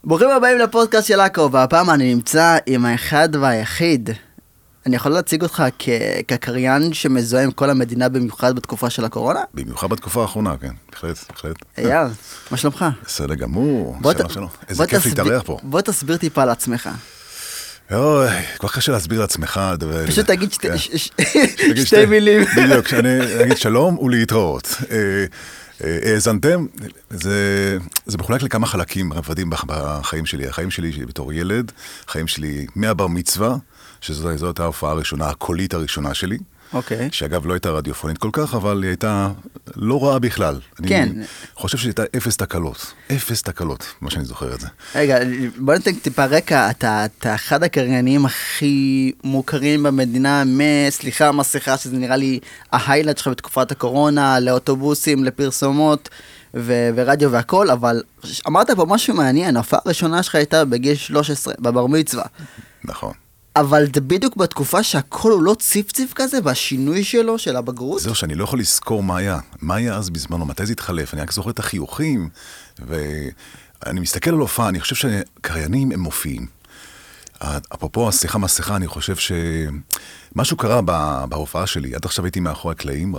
ברוכים הבאים לפודקאסט של עכו, והפעם אני נמצא עם האחד והיחיד. אני יכול להציג אותך כקריין שמזוהה עם כל המדינה במיוחד בתקופה של הקורונה? במיוחד בתקופה האחרונה, כן, בהחלט. אייל, מה שלומך? בסדר גמור, שלום. איזה כיף להתארח פה. בוא תסביר טיפה על עצמך. אוי, כל כך קשה להסביר לעצמך. פשוט תגיד שתי מילים. בדיוק, שאני אגיד שלום ולהתראות. האזנתם, זה מחולק לכמה חלקים רבדים בחיים שלי. החיים שלי בתור ילד, החיים שלי מהבר מצווה, שזו הייתה ההופעה הראשונה, הקולית הראשונה שלי. אוקיי. שאגב לא הייתה רדיופונית כל כך, אבל היא הייתה לא רעה בכלל. כן. אני חושב שהייתה אפס תקלות, מה שאני זוכר את זה. רגע, בוא ניתן טיפה רקע, אתה אחד הקריינים הכי מוכרים במדינה, סליחה, מסכה, שזה נראה לי ההיילייט שלך בתקופת הקורונה, לאוטובוסים, לפרסומות ורדיו והכל, אבל אמרת פה משהו מעניין, ההופעה הראשונה שלך הייתה בגיל 13, בבר מצווה. נכון. אבל זה בדיוק בתקופה שהכל הוא לא ציפציף כזה, והשינוי שלו, של הבגרות? זהו, שאני לא יכול לזכור מה היה. מה היה אז בזמנו, מתי זה התחלף? אני רק זוכר את החיוכים, ואני מסתכל על הופעה, אני חושב שקריינים הם מופיעים. אפרופו השיחה מסכה, אני חושב שמשהו קרה בהופעה שלי. עד עכשיו הייתי מאחורי הקלעים,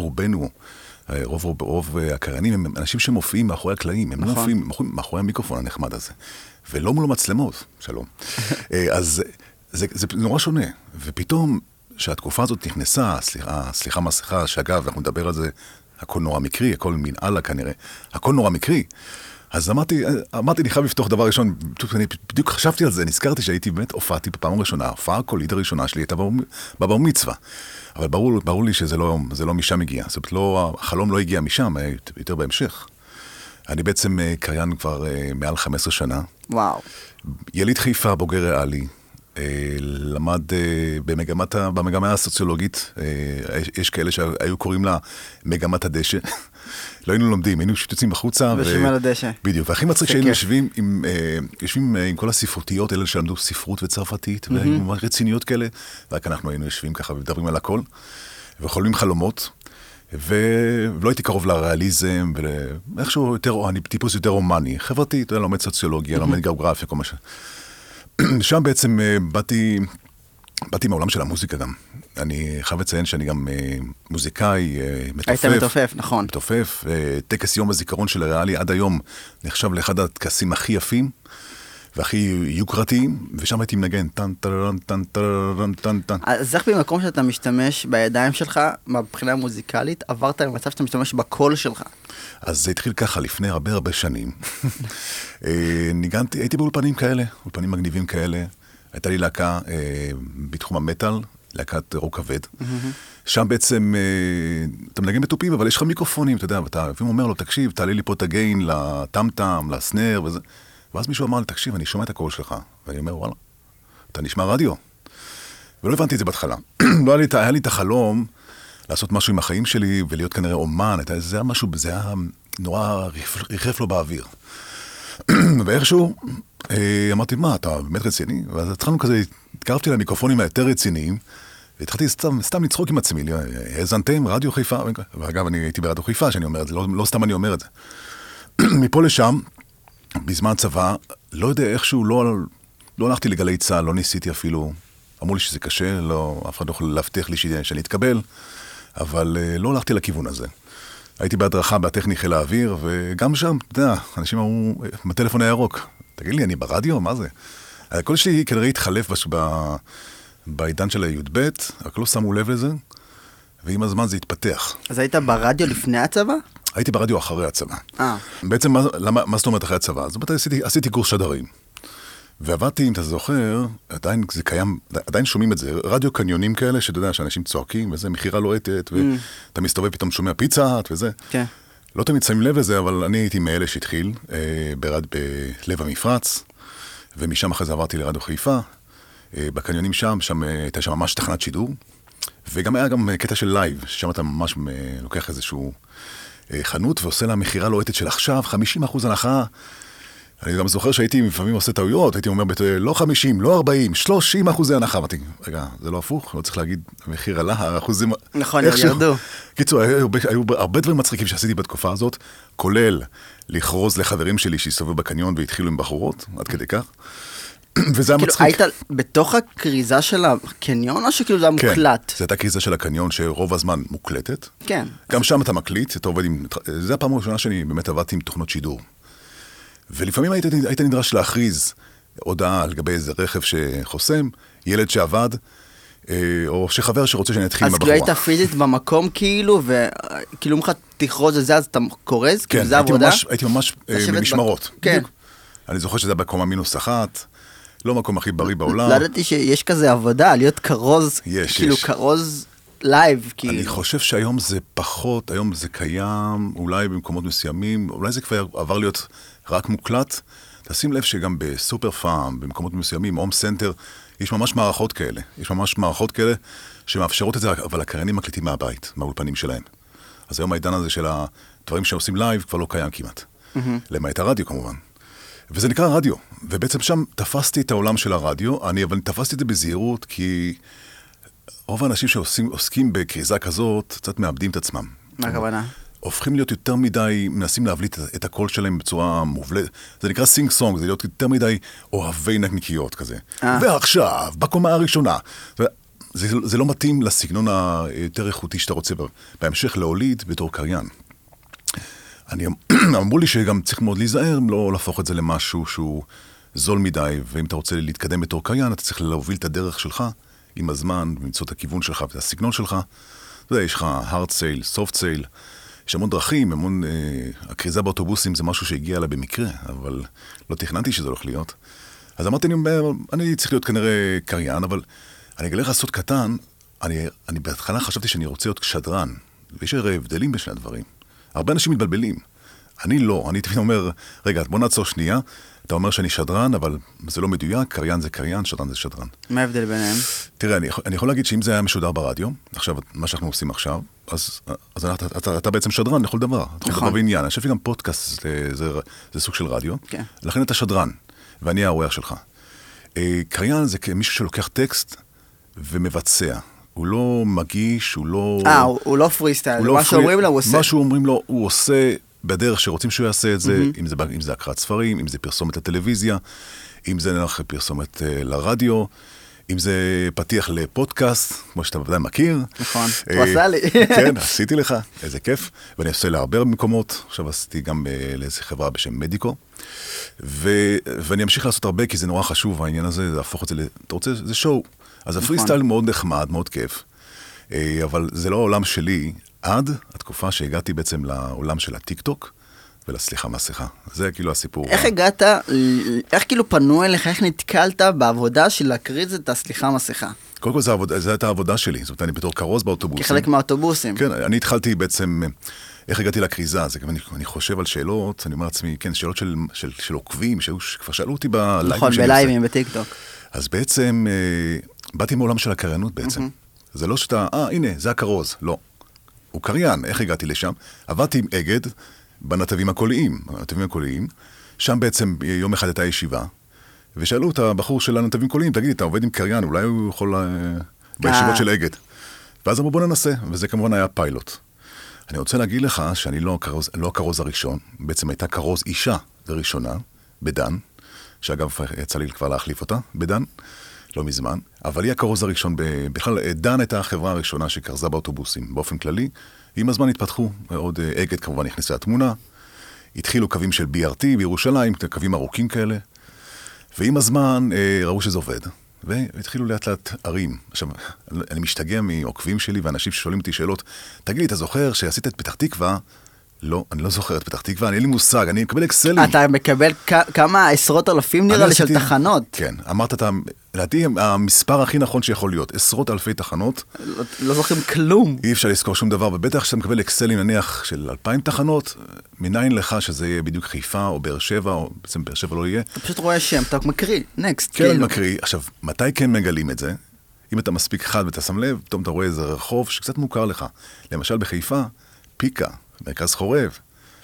רוב הקריינים הם אנשים שמופיעים מאחורי הקלעים, הם לא מופיעים מאחורי המיקרופון הנחמד הזה. ולא מול המצלמות, שלום. אז זה נורא שונה, ופתאום שהתקופה הזאת נכנסה, סליחה מסכה, שאגב, אנחנו נדבר על זה, הכל נורא מקרי, הכל מנהלה כנראה, הכל נורא מקרי, אז אמרתי, אני חייב לפתוח דבר ראשון, אני בדיוק חשבתי על זה, נזכרתי שהייתי באמת הופעתי בפעם הראשונה, ההופעה הקולית הראשונה שלי הייתה בבר מצווה, אבל ברור לי שזה לא משם הגיע, זאת אומרת, החלום לא הגיע משם, יותר בהמשך. אני בעצם קריין כבר מעל 15 שנה. וואו. יליד חיפה, בוגר ריאלי, למד במגמה הסוציולוגית, יש כאלה שהיו קוראים לה מגמת הדשא, לא היינו לומדים, היינו יוצאים בחוצה. יושבים על הדשא. בדיוק, והכי מצחיק שהיינו יושבים עם כל הספרותיות, אלה שלמדו ספרות וצרפתית, והיו רציניות כאלה, רק אנחנו היינו יושבים ככה ומדברים על הכל, וחולמים חלומות, ולא הייתי קרוב לריאליזם, ואיכשהו אני טיפוס יותר רומני, חברתי, אתה יודע, לומד סוציולוגיה, לומד גיאוגרפיה, כל מה ש... שם בעצם באתי מהעולם של המוזיקה גם. אני חייב לציין שאני גם מוזיקאי, מתופף. היית מתופף, נכון. מתופף, טקס יום הזיכרון של הריאלי עד היום נחשב לאחד הטקסים הכי יפים והכי יוקרתיים, ושם הייתי מנגן, טן טן טן טן טן טן. אז איך במקום שאתה משתמש בידיים שלך, מבחינה מוזיקלית, עברת למצב שאתה משתמש בקול שלך? אז זה התחיל ככה לפני הרבה שנים. ניגנתי, הייתי באולפנים כאלה, אולפנים מגניבים כאלה. הייתה לי להקה בתחום המטל, להקת רוק כבד. שם בעצם, אתה מנגן בתופים, אבל יש לך מיקרופונים, אתה יודע, ואתה לפעמים אומר לו, תקשיב, תעלה לי פה את הגיין לטם-טם, לסנר וזה. ואז מישהו אמר לי, תקשיב, אני שומע את הקול שלך. ואני אומר, וואלה, אתה נשמע רדיו. ולא הבנתי את זה בהתחלה. היה לי את החלום לעשות משהו עם החיים שלי, ולהיות כנראה אומן. זה היה משהו, זה היה נורא ריחף לו באוויר. ואיכשהו, אמרתי, מה, אתה באמת רציני? ואז התחלנו כזה, התקרבתי למיקרופונים היותר רציניים, והתחלתי סתם לצחוק עם עצמי, האזנתם, רדיו חיפה, ואגב, אני הייתי ברדיו חיפה, שאני אומר את זה, לא סתם אני אומר את זה. מפה לשם, בזמן צבא, לא יודע איכשהו, לא הלכתי לגלי צהל, לא ניסיתי אפילו, אמרו לי שזה קשה, אף אחד לא יכול להבטיח לי שאני אתקבל, אבל לא הלכתי לכיוון הזה. הייתי בהדרכה בטכני חיל האוויר, וגם שם, אתה יודע, אנשים אמרו, בטלפון הירוק, תגיד לי, אני ברדיו? מה זה? הכל שלי כנראה התחלף בעידן של הי"ב, רק לא שמו לב לזה, ועם הזמן זה התפתח. אז היית ברדיו לפני הצבא? הייתי ברדיו אחרי הצבא. בעצם, מה זאת אומרת אחרי הצבא? זאת אומרת, עשיתי קורס שדרים. ועבדתי, אם אתה זוכר, עדיין זה קיים, עדיין שומעים את זה, רדיו קניונים כאלה, שאתה יודע, שאנשים צועקים, וזה מחירה לוהטת, ואתה מסתובב פתאום שומע פיצה, וזה. כן. לא תמיד שמים לב לזה, אבל אני הייתי מאלה שהתחיל, בלב המפרץ, ומשם אחרי זה עברתי לרדיו חיפה, בקניונים שם הייתה שם ממש תחנת שידור, וגם היה גם קטע של לייב, ששם אתה ממש לוקח איזשהו חנות, ועושה לה מחירה לוהטת של עכשיו, 50% הנחה, אני גם זוכר שהייתי לפעמים עושה טעויות, הייתי אומר, לא 50, לא 40, 30% הנחה. אמרתי, רגע, זה לא הפוך, לא צריך להגיד, המחיר עלה, האחוזים... נכון, ירדו. קיצור, היו הרבה דברים מצחיקים שעשיתי בתקופה הזאת, כולל לכרוז לחברים שלי שהסתובבו בקניון והתחילו עם בחורות, עד כדי כך. וזה היה מצחיק. היית בתוך הקריזה של הקניון, או שכאילו זה היה מוקלט? כן, זו הייתה קריזה של הקניון שרוב הזמן מוקלטת. כן. גם שם אתה מקליט, אתה עובד עם... זה הפעם הראשונה שאני באמת עבדתי עם תוכנות שידור. ולפעמים היית נדרש להכריז הודעה על גבי איזה רכב שחוסם, ילד שעבד, או שחבר שרוצה שאני אתחיל עם הבחורה. אז כאילו היית פיזית במקום כאילו, וכאילו ממך תכרוז את זה, אז אתה קורז? כן, הייתי ממש במשמרות. כן. אני זוכר שזה היה בקומה -1, לא מקום הכי בריא בעולם. לא ידעתי שיש כזה עבודה, להיות כרוז, כאילו כרוז לייב. אני חושב שהיום זה פחות, היום זה קיים, אולי במקומות מסוימים, אולי זה כבר עבר להיות רק מוקלט. תשים לב שגם בסופר פארם, במקומות מסוימים, הום סנטר, יש ממש מערכות כאלה. יש ממש מערכות כאלה שמאפשרות את זה, אבל הקריינים מקליטים מהבית, מהאולפנים שלהם. אז היום העידן הזה של הדברים שעושים לייב כבר לא קיים כמעט. למעט הרדיו כמובן. וזה נקרא רדיו, ובעצם שם תפסתי את העולם של הרדיו, אבל תפסתי את זה בזהירות, כי רוב האנשים שעוסקים בקריזה כזאת, קצת מאבדים את עצמם. מה הכוונה? הופכים להיות יותר מדי, מנסים להבליט את הקול שלהם בצורה מובלת. זה נקרא סינג סונג, זה להיות יותר מדי אוהבי נקניקיות כזה. ועכשיו, בקומה הראשונה. זה לא מתאים לסגנון היותר איכותי שאתה רוצה בהמשך להוליד בתור קריין. אמרו לי שגם צריך מאוד להיזהר, לא להפוך את זה למשהו שהוא זול מדי, ואם אתה רוצה להתקדם בתור קריין, אתה צריך להוביל את הדרך שלך עם הזמן, למצוא את הכיוון שלך ואת הסגנון שלך. אתה יודע, יש לך hard sale, soft sale, יש המון דרכים, הקריזה באוטובוסים זה משהו שהגיע לה במקרה, אבל לא תכננתי שזה הולך להיות. אז אמרתי, אני צריך להיות כנראה קריין, אבל אני אגלה לך סוד קטן, אני בהתחלה חשבתי שאני רוצה להיות שדרן, ויש הרי הבדלים בשני הדברים. הרבה אנשים מתבלבלים. אני לא, אני תמיד אומר, רגע, בוא נעצור שנייה, אתה אומר שאני שדרן, אבל זה לא מדויק, קריין זה קריין, שדרן זה שדרן. מה ההבדל ביניהם? תראה, אני יכול להגיד שאם זה היה משודר ברדיו, עכשיו, מה שאנחנו עושים עכשיו, אז אתה בעצם שדרן לכל דבר. נכון. בעניין. אני חושב שגם פודקאסט זה סוג של רדיו, כן. לכן אתה שדרן, ואני האורח שלך. קריין זה מישהו שלוקח טקסט ומבצע. הוא לא מגיש, הוא לא... הוא לא פרי סטייל, מה שאומרים לו הוא עושה. מה שאומרים לו הוא עושה בדרך שרוצים שהוא יעשה את זה, אם זה הקראת ספרים, אם זה פרסומת לטלוויזיה, אם זה פרסומת לרדיו, אם זה פתיח לפודקאסט, כמו שאתה בוודאי מכיר. נכון, הוא עשה לי. כן, עשיתי לך, איזה כיף. ואני עושה להרבה מקומות, עכשיו עשיתי גם לאיזו חברה בשם מדיקו, ואני אמשיך לעשות הרבה, כי זה נורא חשוב, העניין הזה, להפוך את זה, אתה רוצה, זה שואו. אז הפרי סטייל מאוד נחמד, מאוד כיף, אבל זה לא העולם שלי, עד התקופה שהגעתי בעצם לעולם של הטיק-טוק, ולסליחה מהשיחה. זה כאילו הסיפור. איך הגעת, איך כאילו פנו אליך, איך נתקלת בעבודה של להקריז את הסליחה מהשיחה? קודם כל זו הייתה העבודה שלי, זאת אומרת, אני בתור כרוז באוטובוסים. כחלק מהאוטובוסים. כן, אני התחלתי בעצם, איך הגעתי לקריזה, זה גם אני חושב על שאלות, אני אומר לעצמי, כן, שאלות של עוקבים, שכבר שאלו אותי בלייבים. נכון, בלייבים, בטיק-טוק. אז בעצם, באתי מעולם של הקריינות בעצם. זה לא שאתה, הנה, זה הכרוז, לא. הוא קריין, איך הגעתי לשם? עבדתי עם אגד בנתבים הקוליים, שם בעצם יום אחד הייתה ישיבה, ושאלו את הבחור של הנתבים הקוליים, תגיד, אתה עובד עם קריין, אולי הוא יכול בישיבות של אגד. ואז אמרו, בוא ננסה, וזה כמובן היה פיילוט. אני רוצה להגיד לך שאני לא הכרוז הראשון, בעצם הייתה כרוז אישה הראשונה, בדן, שאגב יצא לי כבר להחליף אותה, בדן, לא מזמן, אבל היא הכרוז הראשון, בכלל דן הייתה החברה הראשונה שכרזה באוטובוסים, באופן כללי, עם הזמן התפתחו, עוד אגד כמובן נכנסה לתמונה, התחילו קווים של BRT בירושלים, קווים ארוכים כאלה, ועם הזמן ראו שזה עובד, והתחילו לאט לאט ערים. עכשיו, אני משתגע מעוקבים שלי ואנשים ששואלים אותי שאלות, תגיד לי, אתה זוכר שעשית את פתח תקווה? לא, אני לא זוכר את פתח תקווה, אני אין לי מושג, אני מקבל אקסלים. אתה מקבל כמה עשרות אלפים נראה לי של תחנות. כן, אמרת, לדעתי המספר הכי נכון שיכול להיות, עשרות אלפי תחנות. לא זוכרים כלום. אי אפשר לזכור שום דבר, ובטח שאתה מקבל אקסלים נניח של 2,000 תחנות, מניין לך שזה יהיה בדיוק חיפה או באר שבע, או בעצם באר שבע לא יהיה. אתה פשוט רואה שם, אתה מקריא, נקסט. כן, אני מקריא. עכשיו, מתי כן מגלים את זה? אם אתה מספיק חד ואתה שם לב, פתאום אתה רואה איזה רחוב שקצת מוכר לך. למשל בחיפה, פיקה, מרכז חורב.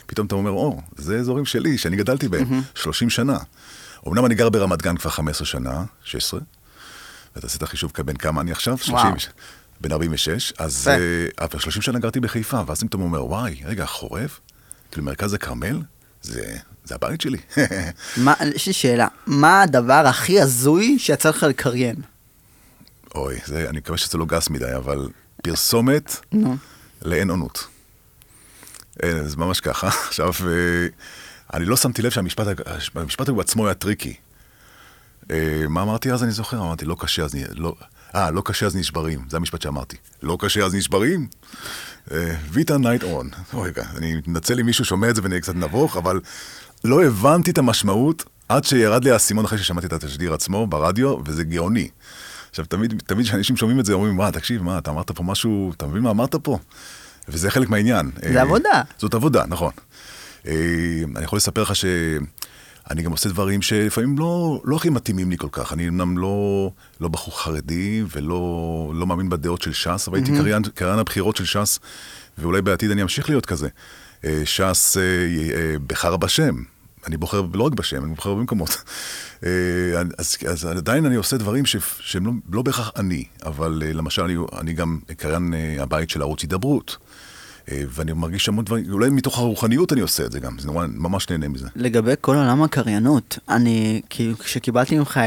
פתאום אתה אומר, זה אזורים שלי, שאני גדלתי בהם, 30 שנה. אמנם אני גר ברמת גן כבר 15 שנה, 16, ואתה עשית חישוב כבן כמה אני עכשיו? 30, בין 46, אז 30 שנה גרתי בחיפה, ואז פתאום אומר, וואי, רגע, חורב? כאילו מרכז הכרמל? זה הבית שלי. יש לי שאלה, מה הדבר הכי הזוי שיצא לך לקריין? אוי, אני מקווה שזה לא גס מדי, אבל פרסומת לאין עונות. זה ממש ככה. עכשיו, אני לא שמתי לב שהמשפט הוא עצמו היה טריקי. מה אמרתי אז אני זוכר? אמרתי, לא קשה אז נשברים. זה המשפט שאמרתי. לא קשה אז נשברים? ויטה נייט און. רגע, אני מתנצל אם מישהו שומע את זה ואני קצת נבוך, אבל לא הבנתי את המשמעות עד שירד לי הסימון אחרי ששמעתי את התשדיר עצמו ברדיו, וזה גאוני. עכשיו, תמיד כשאנשים שומעים את זה, אומרים, תקשיב, אתה אמרת פה משהו, אתה מבין מה אמרת פה? וזה חלק מהעניין. זה עבודה. זאת עבודה, נכון. אני יכול לספר לך שאני גם עושה דברים שלפעמים לא הכי מתאימים לי כל כך. אני אמנם לא בחור חרדי ולא מאמין בדעות של ש"ס, אבל הייתי קריין הבחירות של ש"ס, ואולי בעתיד אני אמשיך להיות כזה. ש"ס בחר בשם. אני בוחר לא רק בשם, אני בוחר במקומות. אז עדיין אני עושה דברים שהם לא בהכרח אני, אבל למשל אני גם קריין הבית של ערוץ הידברות, ואני מרגיש המון דברים, אולי מתוך הרוחניות אני עושה את זה גם, זה נורא, ממש נהנה מזה. לגבי כל עולם הקריינות, כשקיבלתי ממך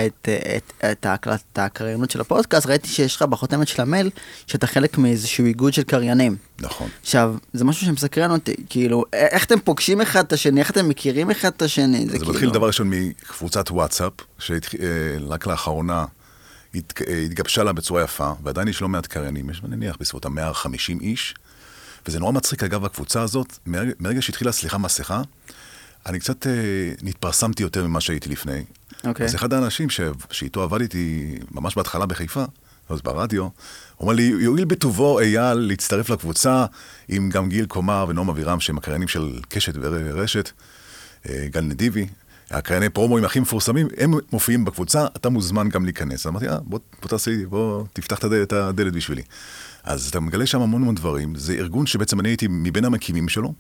את הקריינות של הפודקאסט, ראיתי שיש לך בחותמת של המייל, שאתה חלק מאיזשהו איגוד של קריינים. נכון. עכשיו, זה משהו שמסקרן אותי, כאילו, איך אתם פוגשים אחד את השני, איך אתם מכירים אחד את השני? זה מתחיל דבר ראשון מקבוצת וואטסאפ, שרק לאחרונה התגבשה לה בצורה יפה, ועדיין יש לא מעט קריינים, יש נניח בסביבות 150 איש, וזה נורא מצחיק, אגב, הקבוצה הזאת, מרגע שהתחילה סליחה מסכה, אני קצת נתפרסמתי יותר ממה שהייתי לפני. אז אחד האנשים שאיתו עבדתי ממש בהתחלה בחיפה, אז ברדיו, הוא אומר לי, יועיל בטובו אייל להצטרף לקבוצה, עם גם גיל קומר ונועם אבירם, שהם הקריינים של קשת ורשת, גל נדיבי, הקרייני פרומואים הכי מפורסמים, הם מופיעים בקבוצה, אתה מוזמן גם להיכנס. אמרתי, בוא תפתח את הדלת בשבילי. אז אתה מגלה שם המון דברים, זה ארגון שבעצם אני הייתי מבין המקימים שלו,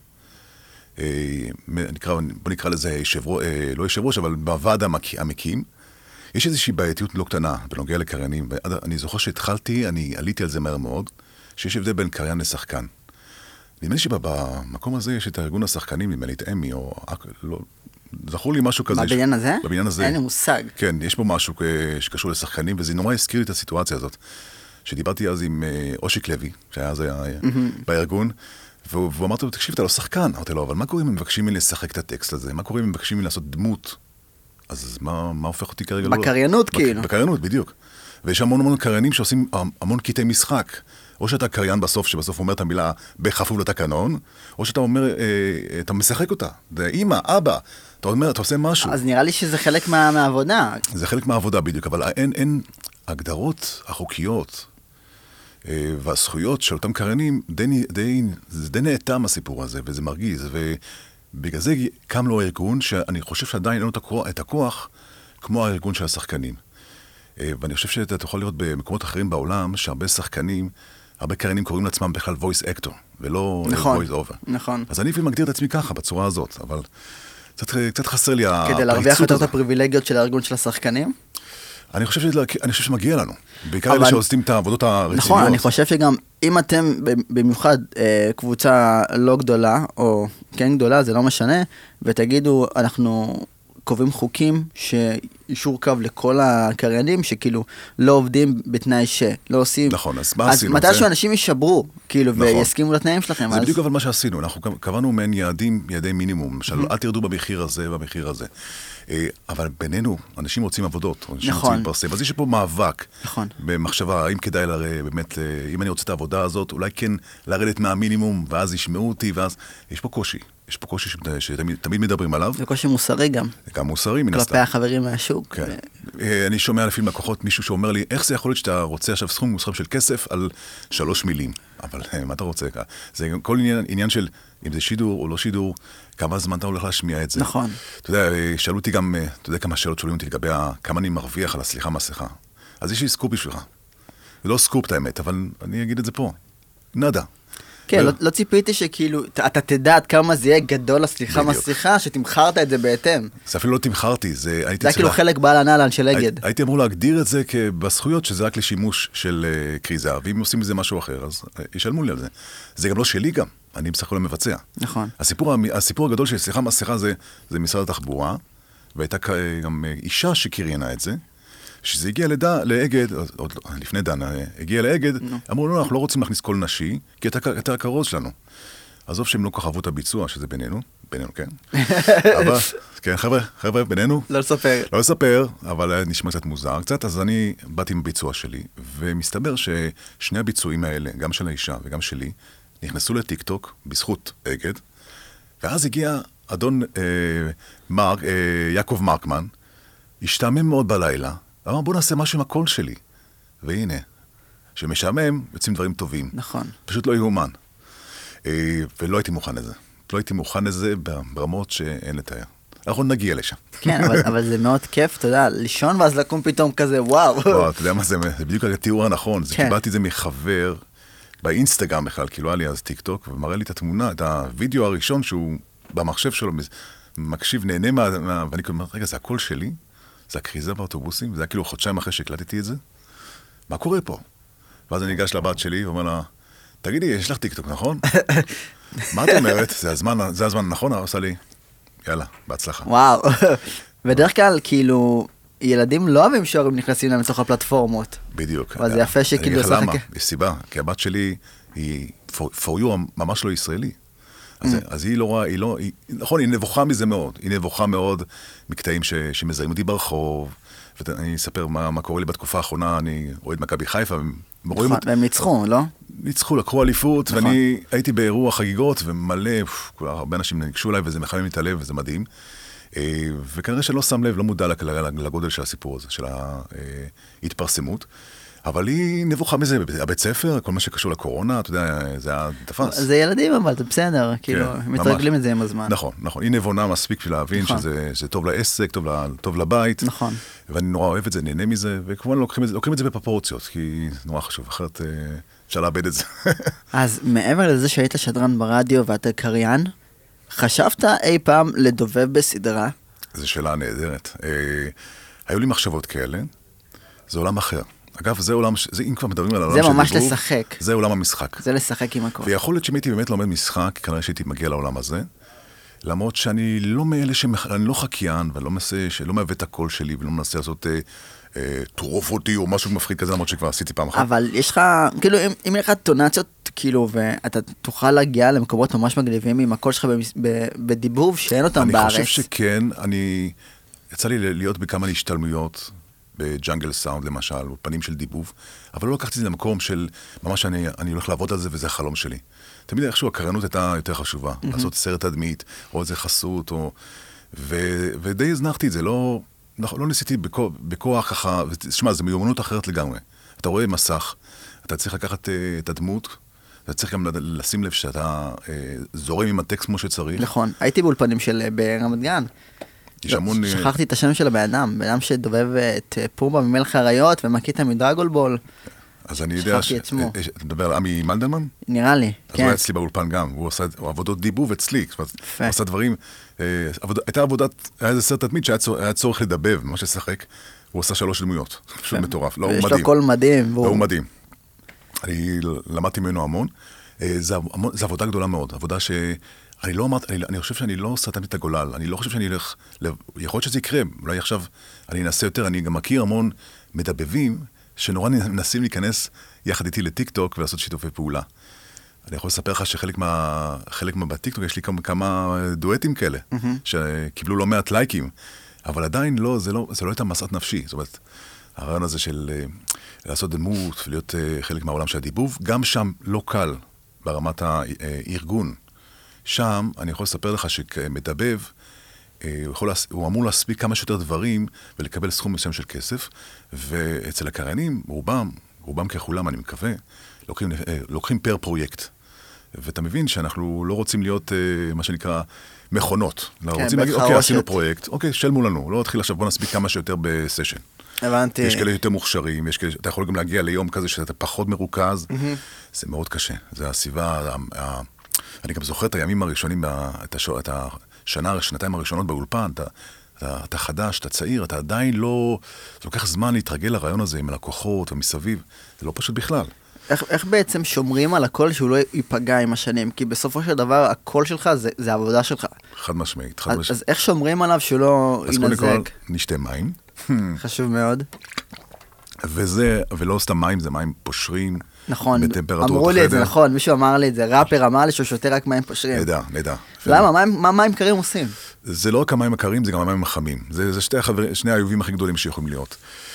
בוא נקרא לזה לא יושב ראש, אבל בוועד המקים, יש איזושהי בעייתיות לא קטנה בנוגע לקריינים, ואני זוכר שהתחלתי, אני עליתי על זה מהר מאוד, שיש הבדל בין קריין לשחקן. נדמה לי שבמקום הזה יש את הארגון השחקנים, נדמה לי את אמי, או לא, זכור לי משהו כזה. בבניין הזה? בבניין הזה. אין לי מושג. כן, יש פה משהו שקשור לשחקנים, וזה נורא הזכיר לי את הסיטואציה הזאת. שדיברתי אז עם אושיק לוי, שהיה אז בארגון, והוא אמרתי לו, תקשיב, אתה לא שחקן. אמרתי לו, אבל מה קורה אם הם מבקשים לי לשחק את הטקסט הזה? מה קורה אם הם מבקשים לי לעשות דמות? אז מה הופך אותי כרגע? בקריינות כאילו. בקריינות, בדיוק. ויש המון קריינים שעושים המון קטעי משחק. או שאתה קריין בסוף, שבסוף אומר את המילה בכפוף לתקנון, או שאתה אומר, אתה משחק אותה. זה אמא, אבא. אתה אומר, אתה עושה משהו. אז נראה לי שזה חלק מהעבודה. זה חלק מהעבודה בדיוק, אבל אין הגדרות החוקיות והזכויות של אותם קריינים, זה די נאטם הסיפור הזה, וזה מרגיז, ובגלל זה קם לו ארגון שאני חושב שעדיין אין לו את הכוח כמו הארגון של השחקנים. ואני חושב שאתה יכול לראות במקומות אחרים בעולם, שהרבה שחקנים, הרבה קריינים קוראים לעצמם בכלל voice actor, ולא voice over. נכון. אז אני מגדיר את עצמי ככה, בצורה הזאת, אבל קצת חסר לי כדי להרוויח יותר את הפריבילגיות של הארגון של השחקנים? אני חושב שמגיע לנו, בעיקר אלה שעושים את העבודות הרציניות. נכון, אני חושב שגם אם אתם במיוחד קבוצה לא גדולה, או כן גדולה, זה לא משנה, ותגידו, אנחנו קובעים חוקים שאישור קו לכל הקריינים, שכאילו לא עובדים בתנאי שלא עושים. נכון, אז מה עשינו? אז מתי שאנשים יישברו, כאילו, ויסכימו לתנאים שלכם. זה בדיוק אבל מה שעשינו, אנחנו קבענו מעין יעדי מינימום, למשל, אל תרדו במחיר הזה ובמחיר הזה. אבל בינינו, אנשים רוצים עבודות, אנשים רוצים להתפרסם, אז יש פה מאבק במחשבה, האם כדאי באמת, אם אני רוצה את העבודה הזאת, אולי כן לרדת מהמינימום, ואז ישמעו אותי, ואז יש פה קושי. יש פה קושי שתמיד מדברים עליו. זה קושי מוסרי גם. גם מוסרי, מן הסתם. כלפי החברים מהשוק. כן. אני שומע לפעמים לקוחות מישהו שאומר לי, איך זה יכול להיות שאתה רוצה עכשיו סכום מוסכם של כסף על 3 מילים? אבל מה אתה רוצה? זה כל עניין של אם זה שידור או לא שידור, כמה זמן אתה הולך להשמיע את זה. נכון. אתה יודע, שאלו אותי גם, אתה יודע כמה שאלות שואלים אותי לגבי כמה אני מרוויח על הסליחה מסכה. אז יש לי סקופ בשבילך. זה לא סקופ את האמת, אבל אני אגיד את זה פה. נדה. כן, לא ציפיתי שכאילו, אתה תדע עד כמה זה יהיה גדול, הסליחה מסליחה, שתמחרת את זה בהתאם. זה אפילו לא תמחרתי, זה היה כאילו חלק בעל הנעלן של אגד. הייתי אמור להגדיר את זה בזכויות, שזה רק לשימוש של קריזה, ואם עושים בזה משהו אחר, אז ישלמו לי על זה. זה גם לא שלי גם, אני בסך הכל המבצע. נכון. הסיפור הגדול של סליחה מסליחה זה משרד התחבורה, והייתה גם אישה שקריינה את זה, שזה הגיע לאגד, עוד לפני דנה, הגיע לאגד, אמרו, לא, אנחנו לא רוצים להכניס קול נשי, כי אתה הכרוז שלנו. עזוב שהם לא כך אהבו את הביצוע, שזה בינינו, כן. אבל, כן, חבר'ה, בינינו. לא לספר, אבל נשמע קצת מוזר קצת, אז אני באתי עם ביצוע שלי, ומסתבר ששני הביצועים האלה, גם של האישה וגם שלי, נכנסו לטיק-טוק בזכות אגד, ואז הגיע אדון יעקב מרקמן, השתעמם מאוד בלילה, אמר, בוא נעשה משהו עם הקול שלי. והנה, שמשעמם, יוצאים דברים טובים. נכון. פשוט לא יאומן. ולא הייתי מוכן לזה. לא הייתי מוכן לזה ברמות שאין לתאר. אנחנו נגיע לשם. כן, אבל זה מאוד כיף, אתה יודע, לישון ואז לקום פתאום כזה, וואו. אתה יודע מה זה? זה בדיוק התיאור הנכון. קיבלתי את זה מחבר באינסטגרם בכלל, כאילו היה לי אז טיק טוק, ומראה לי את התמונה, את הוידאו הראשון שהוא במחשב שלו, מקשיב, נהנה ואני אומר, רגע, זה הקול שלי? זה הקריזה באוטובוסים, זה היה כאילו חודשיים אחרי שהקלטתי את זה. מה קורה פה? ואז אני ניגש לבת שלי ואומר לה, תגידי, יש לך טיקטוק, נכון? מה את אומרת? זה הזמן נכון? עושה לי, יאללה, בהצלחה. וואו. בדרך כלל, כאילו, ילדים לא אוהבים שהורים נכנסים להם לתוך הפלטפורמות. בדיוק. אבל זה יפה שכאילו... אני אגיד לך למה, יש סיבה, כי הבת שלי היא, for you, ממש לא ישראלי. אז היא לא רואה, נכון, היא נבוכה מזה מאוד. היא נבוכה מאוד מקטעים שמזהים אותי ברחוב, ואני אספר מה קורה לי בתקופה האחרונה, אני רואה את מכבי חיפה, והם ניצחו, לא? ניצחו, לקחו אליפות, ואני הייתי באירוע חגיגות, ומלא, הרבה אנשים ניגשו אליי, וזה מחמם את הלב, וזה מדהים. וכנראה שלא שם לב, לא מודע לגודל של הסיפור הזה, של ההתפרסמות. אבל היא נבוכה מזה, הבית ספר, כל מה שקשור לקורונה, אתה יודע, זה היה תפס. זה ילדים, אבל זה בסדר, כאילו, הם מתרגלים את זה עם הזמן. נכון. היא נבונה מספיק בשביל להבין שזה טוב לעסק, טוב לבית. נכון. ואני נורא אוהב את זה, נהנה מזה, וכמובן לוקחים את זה בפרופורציות, כי נורא חשוב, אחרת אפשר לאבד את זה. אז מעבר לזה שהיית שדרן ברדיו ואתה קריין, חשבת אי פעם לדובב בסדרה? זו שאלה נהדרת. היו לי מחשבות כאלה, זה עולם אחר. אגב, זה עולם, אם כבר מדברים על העולם של דיבוב, זה ממש לשחק. זה עולם המשחק. זה לשחק עם הכל. ויכול להיות שהייתי באמת לומד משחק, כנראה שהייתי מגיע לעולם הזה, למרות שאני לא מאלה אני לא חקיין, ולא מהווה את הקול שלי, ולא מנסה לעשות טורוף אותי, או משהו מפחיד כזה, למרות שכבר עשיתי פעם אחת. אבל יש לך, כאילו, אם יש לך טונציות, כאילו, ואתה תוכל להגיע למקומות ממש מגניבים עם הקול שלך בדיבוב, שאין אותם בארץ. אני חושב שכן, יצא לי להיות בכמה השתלמויות, בג'אנגל סאונד למשל, או פנים של דיבוב, אבל לא לקחתי את זה למקום של, ממש אני הולך לעבוד על זה, וזה החלום שלי. תמיד איכשהו הקריינות הייתה יותר חשובה, לעשות סרט תדמית, או איזה חסות, ודי הזנחתי את זה, לא ניסיתי בכוח ככה, ושמע, זה מיומנות אחרת לגמרי. אתה רואה מסך, אתה צריך לקחת את הדמות, אתה צריך גם לשים לב שאתה זורם עם הטקסט כמו שצריך. נכון, הייתי באולפנים של ברמת גן. שכחתי את השם של הבן אדם שדובב את פומה ממלך האריות ומקיטה מדרגולבול. אז אני יודע אתה מדבר על עמי מלדלמן? נראה לי, כן. אז הוא היה אצלי באולפן גם, הוא עשה עבודות דיבוב אצלי, הוא עשה דברים, היה איזה סרט תדמית שהיה צורך לדבב, ממש לשחק, הוא עשה 3 דמויות, פשוט מטורף, לא, הוא מדהים. יש לו קול מדהים. הוא מדהים. אני למדתי ממנו המון, זו עבודה גדולה מאוד, עבודה ש... אני חושב שאני לא סרטמתי את הגולל, אני לא חושב שאני אלך, יכול להיות שזה יקרה, אולי עכשיו אני אנסה יותר, אני גם מכיר המון מדבבים שנורא מנסים להיכנס יחד איתי לטיק-טוק ולעשות שיתופי פעולה. אני יכול לספר לך שחלק בטיק-טוק יש לי כמה דואטים כאלה, שקיבלו לא מעט לייקים, אבל עדיין לא, זה לא הייתה מסעת נפשי, זאת אומרת, הרעיון הזה של לעשות דמות ולהיות חלק מהעולם של הדיבוב, גם שם לא קל ברמת הארגון. שם אני יכול לספר לך שכמדבב, הוא אמור להספיק כמה שיותר דברים ולקבל סכום מסוים של כסף, ואצל הקריינים, רובם ככולם, אני מקווה, לוקחים פר פרויקט. ואתה מבין שאנחנו לא רוצים להיות, מה שנקרא, מכונות. אנחנו רוצים להגיד, אוקיי, עשינו פרויקט, אוקיי, שלמו לנו, לא התחיל עכשיו, בוא נספיק כמה שיותר בסשן. הבנתי. יש כאלה יותר מוכשרים, אתה יכול גם להגיע ליום כזה שאתה פחות מרוכז, זה מאוד קשה. זה הסביבה, אני גם זוכר את הימים הראשונים, את השנה, שנתיים הראשונות באולפן, אתה חדש, אתה צעיר, אתה עדיין לא, זה לוקח זמן להתרגל לרעיון הזה עם הלקוחות ומסביב, זה לא פשוט בכלל. איך בעצם שומרים על הקול שהוא לא ייפגע עם השנים? כי בסופו של דבר הקול שלך זה העבודה שלך. חד משמעית. אז איך שומרים עליו שהוא לא ינזק? אז קודם כל נשתה מים. חשוב מאוד. ולא סתם מים, זה מים פושרים. נכון, אמרו לי את זה, נכון, מישהו אמר לי את זה, ראפר אמר לי שהוא שותה רק מים פושרים. נדע. למה? מה מים קרים עושים? זה לא רק המים הקרים, זה גם המים החמים. זה שני האיובים הכי גדולים שיכולים להיות.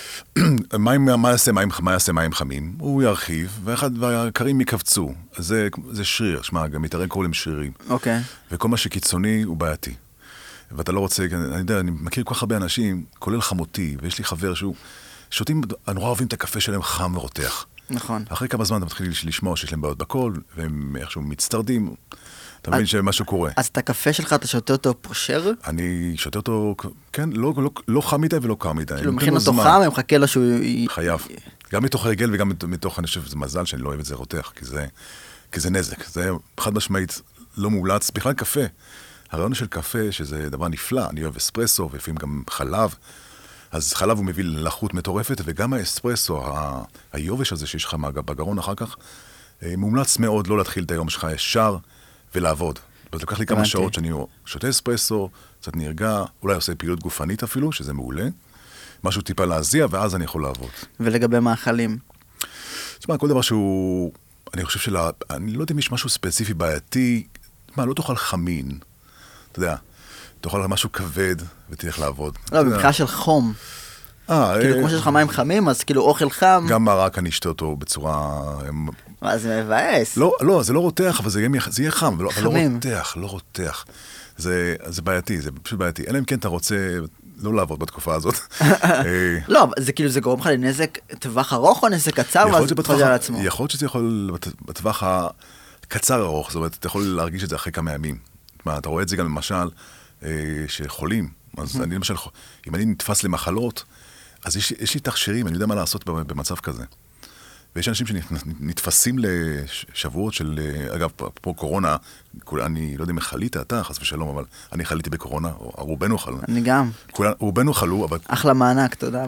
מה יעשה מים חמים? הוא ירחיב, והקרים יקבצו. זה שריר, שמע, גם מתארי קוראים שרירים. אוקיי. וכל מה שקיצוני הוא בעייתי. ואתה לא רוצה, אני מכיר כל כך הרבה אנשים, כולל חמותי, ויש לי חבר שהוא, שותים, נורא אוהבים את הקפה שלהם חם ורותח. נכון. אחרי כמה זמן אתה מתחיל לשמוע שיש להם בעיות בקול, והם איכשהו מצטרדים, אתה מבין שמשהו קורה. אז את הקפה שלך, אתה שותה אותו פושר? אני שותה אותו, כן, לא חם מדי ולא קר מדי. כאילו, מכין אותו חם, אני מחכה לו שהוא... חייב. גם מתוך הרגל וגם מתוך, אני חושב, זה מזל שאני לא אוהב את זה רותח, כי זה נזק. זה חד משמעית לא מומלץ. בכלל קפה. הרעיון של קפה, שזה דבר נפלא, אני אוהב אספרסו, ולפעמים גם חלב. אז חלב הוא מביא לחות מטורפת, וגם האספרסו, היובש הזה שיש לך בגרון אחר כך, מומלץ מאוד לא להתחיל את היום שלך ישר ולעבוד. אז לקח לי כמה שעות שאני שותה אספרסו, קצת נרגע, אולי עושה פעילות גופנית אפילו, שזה מעולה. משהו טיפה להזיע, ואז אני יכול לעבוד. ולגבי מאכלים? תשמע, כל דבר שהוא, אני חושב אני לא יודע אם יש משהו ספציפי בעייתי, לא תאכל חמין, אתה יודע, תאכל משהו כבד ותלך לעבוד. לא, מבחינה של חום. כאילו, כמו שיש לך מים חמים, אז כאילו אוכל חם. גם מרק אני אשתה אותו בצורה... מה, זה מבאס. לא, זה לא רותח, אבל זה יהיה חם, אבל לא רותח. זה בעייתי, זה פשוט בעייתי. אלא אם כן אתה רוצה לא לעבוד בתקופה הזאת. לא, זה כאילו, זה גורם לך לנזק טווח ארוך או נזק קצר, ואז זה חוזר על עצמו. יכול להיות שזה יכול בטווח הקצר ארוך, זאת אומרת, אתה יכול להרגיש את זה אחרי כמה ימים. אתה רואה את זה גם למשל, שחולים. אז אני למשל, אם אני נתפס למחלות, אז יש לי תכשירים, אני יודע מה לעשות במצב כזה. ויש אנשים שנתפסים לשבועות של, אגב, פה קורונה, אני לא יודע אם חלית אתה, חס ושלום, אבל אני חליתי בקורונה, או רובנו חלו. אני גם. רובנו חלו, אבל... אחלה מענק, תודה.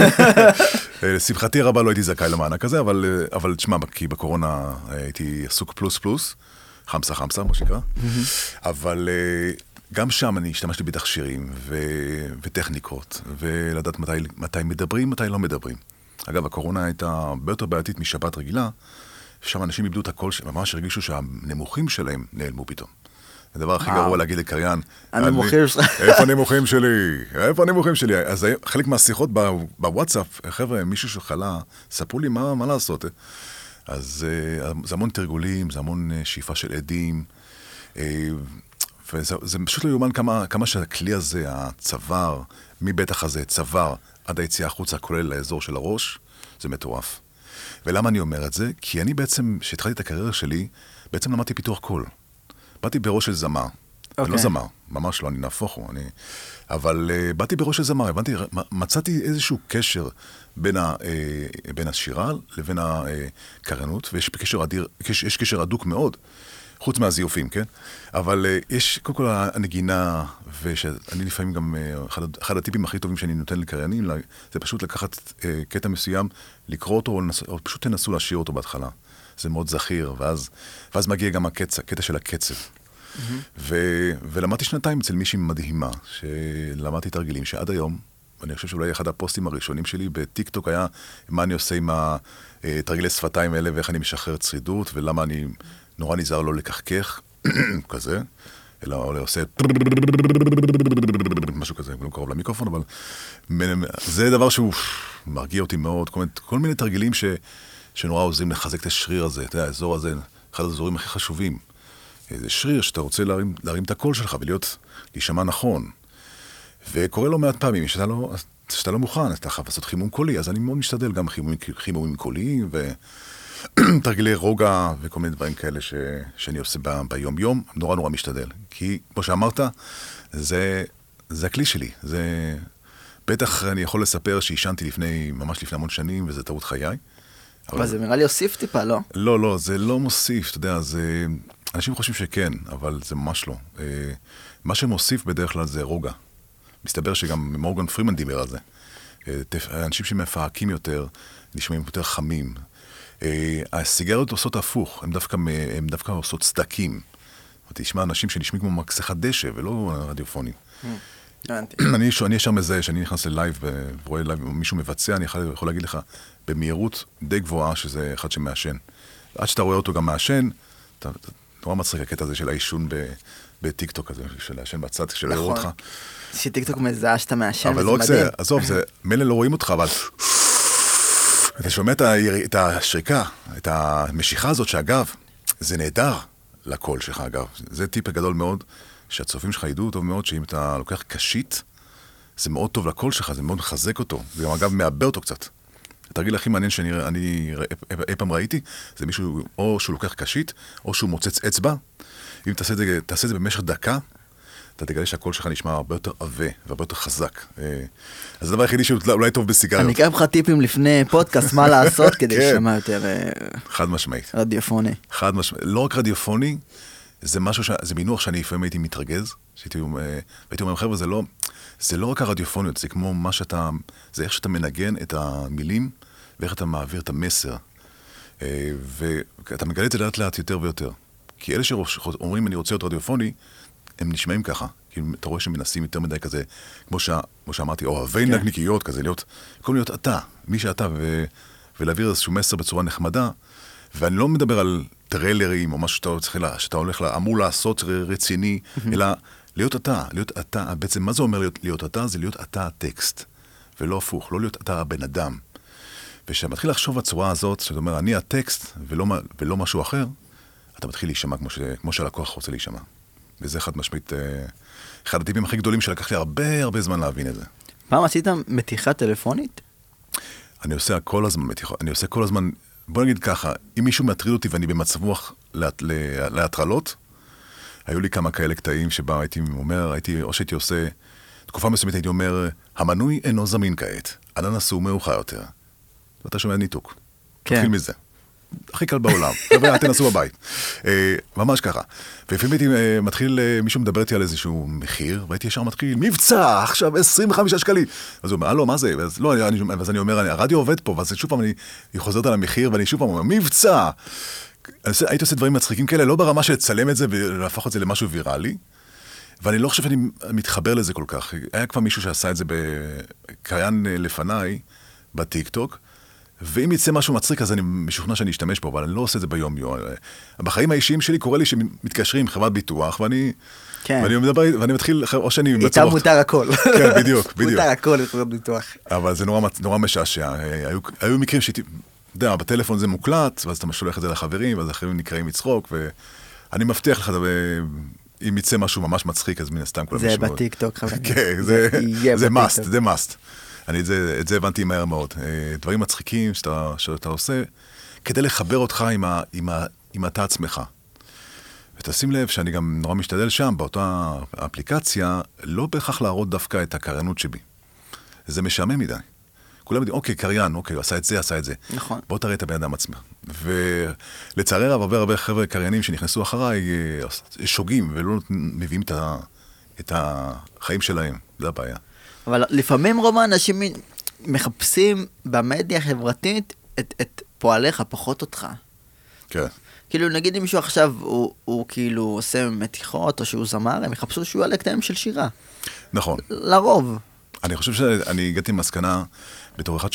לשמחתי הרבה לא הייתי זכאי למענק הזה, אבל תשמע, כי בקורונה הייתי עסוק פלוס פלוס, חמסה, מה שנקרא. אבל גם שם אני השתמשתי בתכשירים וטכניקות, ולדעת מתי מדברים, מתי לא מדברים. אגב, הקורונה הייתה הרבה יותר בעייתית משבת רגילה, שם אנשים איבדו את הקול, ממש הרגישו שהנמוכים שלהם נעלמו פתאום. הדבר הכי גרוע להגיד לקריין, הנמוכים שלך. איפה הנמוכים שלי? אז חלק מהשיחות בוואטסאפ, חבר'ה, מישהו שחלה, ספרו לי מה לעשות. אז זה המון תרגולים, זה המון שאיפה של עדים, וזה פשוט לא יאומן כמה שהכלי הזה, הצוואר, מבטח הזה, צוואר, עד היציאה החוצה, כולל לאזור של הראש, זה מטורף. ולמה אני אומר את זה? כי אני בעצם, כשהתחלתי את הקריירה שלי, בעצם למדתי פיתוח קול. באתי בראש של זמר. אני לא זמר, ממש לא, אני נהפוך הוא. אבל באתי בראש של זמר, מצאתי איזשהו קשר בין השירה לבין הקריינות, ויש קשר הדוק מאוד. חוץ מהזיופים, כן? אבל יש קודם כל הנגינה, ושאני לפעמים גם, אחד הטיפים הכי טובים שאני נותן לקריינים, זה פשוט לקחת קטע מסוים, לקרוא אותו, או פשוט תנסו להשאיר אותו בהתחלה. זה מאוד זכיר, ואז מגיע גם הקטע של הקצב. ולמדתי שנתיים אצל מישהי מדהימה, שלמדתי תרגילים שעד היום, ואני חושב שאולי אחד הפוסטים הראשונים שלי בטיק-טוק היה, מה אני עושה עם התרגילי שפתיים האלה, ואיך אני משחרר צרידות, ולמה אני נורא נזהר לא לקחקך, כזה, אלא עושה משהו כזה, לא קרוב למיקרופון, אבל זה דבר שהוא מרגיע אותי מאוד, כל מיני תרגילים שנורא עוזרים לחזק את השריר הזה, אתה יודע, האזור הזה, אחד האזורים הכי חשובים. זה שריר שאתה רוצה להרים את הקול שלך ולהישמע נכון. וקורה לו מעט פעמים, שאתה לא מוכן, אתה חייב לעשות חימום קולי, אז אני מאוד משתדל גם חימומים קוליים ותרגילי רוגע וכל מיני דברים כאלה שאני עושה ביום-יום, נורא משתדל. כי, כמו שאמרת, זה הכלי שלי, זה בטח אני יכול לספר שעישנתי ממש לפני המון שנים, וזה טעות חיי. אבל זה נראה לי הוסיף טיפה, לא? לא, זה לא מוסיף, אתה יודע, אנשים חושבים שכן, אבל זה ממש לא. מה שמוסיף בדרך כלל זה רוגע. מסתבר שגם מורגן פרימן דיבר על זה. אנשים שמפהקים יותר, נשמעים יותר חמים. הסיגריות עושות הפוך, הן דווקא עושות סדקים. תשמע, אנשים שנשמעים כמו מקסחת דשא, ולא רדיופונים. אני ישר מזהה, שאני נכנס ללייב ורואה לייב, מישהו מבצע, אני יכול להגיד לך במהירות די גבוהה שזה אחד שמעשן. עד שאתה רואה אותו גם מעשן, אתה נורא מצחיק הקטע הזה של העישון בטיקטוק הזה, של העשן בצד, שלא יראו אותך. שטיקטוק מזהה שאתה מעשן, אבל לא רק זה, עזוב, מילא לא רואים אותך, אבל אתה שומע את השריקה, את המשיכה הזאת, שאגב, זה נהדר לקול שלך, אגב. זה טיפ גדול מאוד, שהצופים שלך ידעו טוב מאוד, שאם אתה לוקח קשית, זה מאוד טוב לקול שלך, זה מאוד מחזק אותו. זה גם אגב מעבה אותו קצת. התרגיל הכי מעניין שאני אי פעם ראיתי, זה מישהו, או שהוא לוקח קשית, או שהוא מוצץ אצבע. אם תעשה את זה במשך דקה, אתה תגלה שהקול שלך נשמע הרבה יותר עבה, והרבה יותר חזק. אז זה הדבר היחידי שאולי טוב בסיגריות. אני אקרא לך טיפים לפני פודקאסט, מה לעשות כדי לשמע יותר חד משמעית. רדיופוני. חד משמעית. לא רק רדיופוני, זה משהו, זה מינוח שאני לפעמים הייתי מתרגז, והייתי אומר, חבר'ה, זה לא רק הרדיופוניות, זה כמו מה שאתה, זה איך שאתה מנגן את המילים, ואיך אתה מעביר את המסר. ואתה מגלה את זה לאט לאט יותר ויותר. כי אלה שאומרים, אני רוצה להיות רדיופוני, הם נשמעים ככה. כי אתה רואה שמנסים יותר מדי כזה, כמו שאמרתי, אוהבי נגניקיות כזה, במקום להיות אתה, מי שאתה, ולהעביר איזשהו מסר בצורה נחמדה. ואני לא מדבר על טריילרים או משהו שאתה הולך אמור לעשות רציני, אלא להיות אתה, בעצם מה זה אומר להיות אתה? זה להיות אתה הטקסט, ולא הפוך, לא להיות אתה הבן אדם. וכשמתחיל לחשוב בצורה הזאת, שאתה אומר, אני הטקסט ולא משהו אחר, אתה מתחיל להישמע כמו שהלקוח רוצה להישמע. וזה חד משמעית, אחד הטיפים הכי גדולים שלקח לי הרבה זמן להבין את זה. פעם עשית מתיחה טלפונית? אני עושה כל הזמן, בוא נגיד ככה, אם מישהו מטריד אותי ואני במצב רוח להטרלות, היו לי כמה כאלה קטעים שבה הייתי אומר, או שהייתי עושה, תקופה מסוימת הייתי אומר, המנוי אינו זמין כעת, אנא נסו מאוחר יותר. ואתה שומע ניתוק. תתחיל מזה. הכי קל בעולם. חבר'ה, תנסו בבית. ממש ככה. ולפעמים הייתי מתחיל, מישהו מדבר איתי על איזשהו מחיר, והייתי ישר מתחיל, מבצע, עכשיו 25 שקלים. אז הוא אומר, לא, מה זה? אז אני אומר, הרדיו עובד פה, ואז שוב פעם אני חוזרת על המחיר, ואני שוב פעם אומר, מבצע. הייתי עושה דברים מצחיקים כאלה, לא ברמה של לצלם את זה ולהפוך את זה למשהו ויראלי, ואני לא חושב שאני מתחבר לזה כל כך. היה כבר מישהו שעשה את זה בקריין לפניי, בטיקטוק, ואם יצא משהו מצחיק, אז אני משוכנע שאני אשתמש בו, אבל אני לא עושה את זה ביום יום. בחיים האישיים שלי קורה לי שמתקשרים עם חברת ביטוח, ואני מתחיל, או שאני איתה מותר הכל. כן, בדיוק. מותר הכל לחברת ביטוח. אבל זה נורא משעשע. היו מקרים שהייתי, אתה יודע, בטלפון זה מוקלט, ואז אתה שולח את זה לחברים, ואז אחרים נקראים מצחוק, ואני מבטיח לך, אם יצא משהו ממש מצחיק, אז מן הסתם כולם זה בטיקטוק, חברים. כן, זה must, זה must. את זה הבנתי מהר מאוד. דברים מצחיקים שאתה עושה, כדי לחבר אותך עם אתה עצמך. ותשים לב שאני גם נורא משתדל שם, באותה אפליקציה, לא בהכרח להראות דווקא את הקריינות שבי. זה משעמם מדי. כולם יודעים, אוקיי, קריין, אוקיי, עשה את זה. נכון. בוא תראה את הבן אדם עצמך. ולצערי רב, הרבה חבר'ה קריינים שנכנסו אחריי, שוגים ולא מביאים את החיים שלהם. זה הבעיה. אבל לפעמים רוב האנשים מחפשים במדיה החברתית את פועליך, פחות אותך. כן. כאילו נגיד אם מישהו עכשיו הוא כאילו עושה מתיחות או שהוא זמר, הם יחפשו שהוא יעלה קטעים של שירה. נכון. לרוב. אני חושב שאני הגעתי למסקנה בתור אחד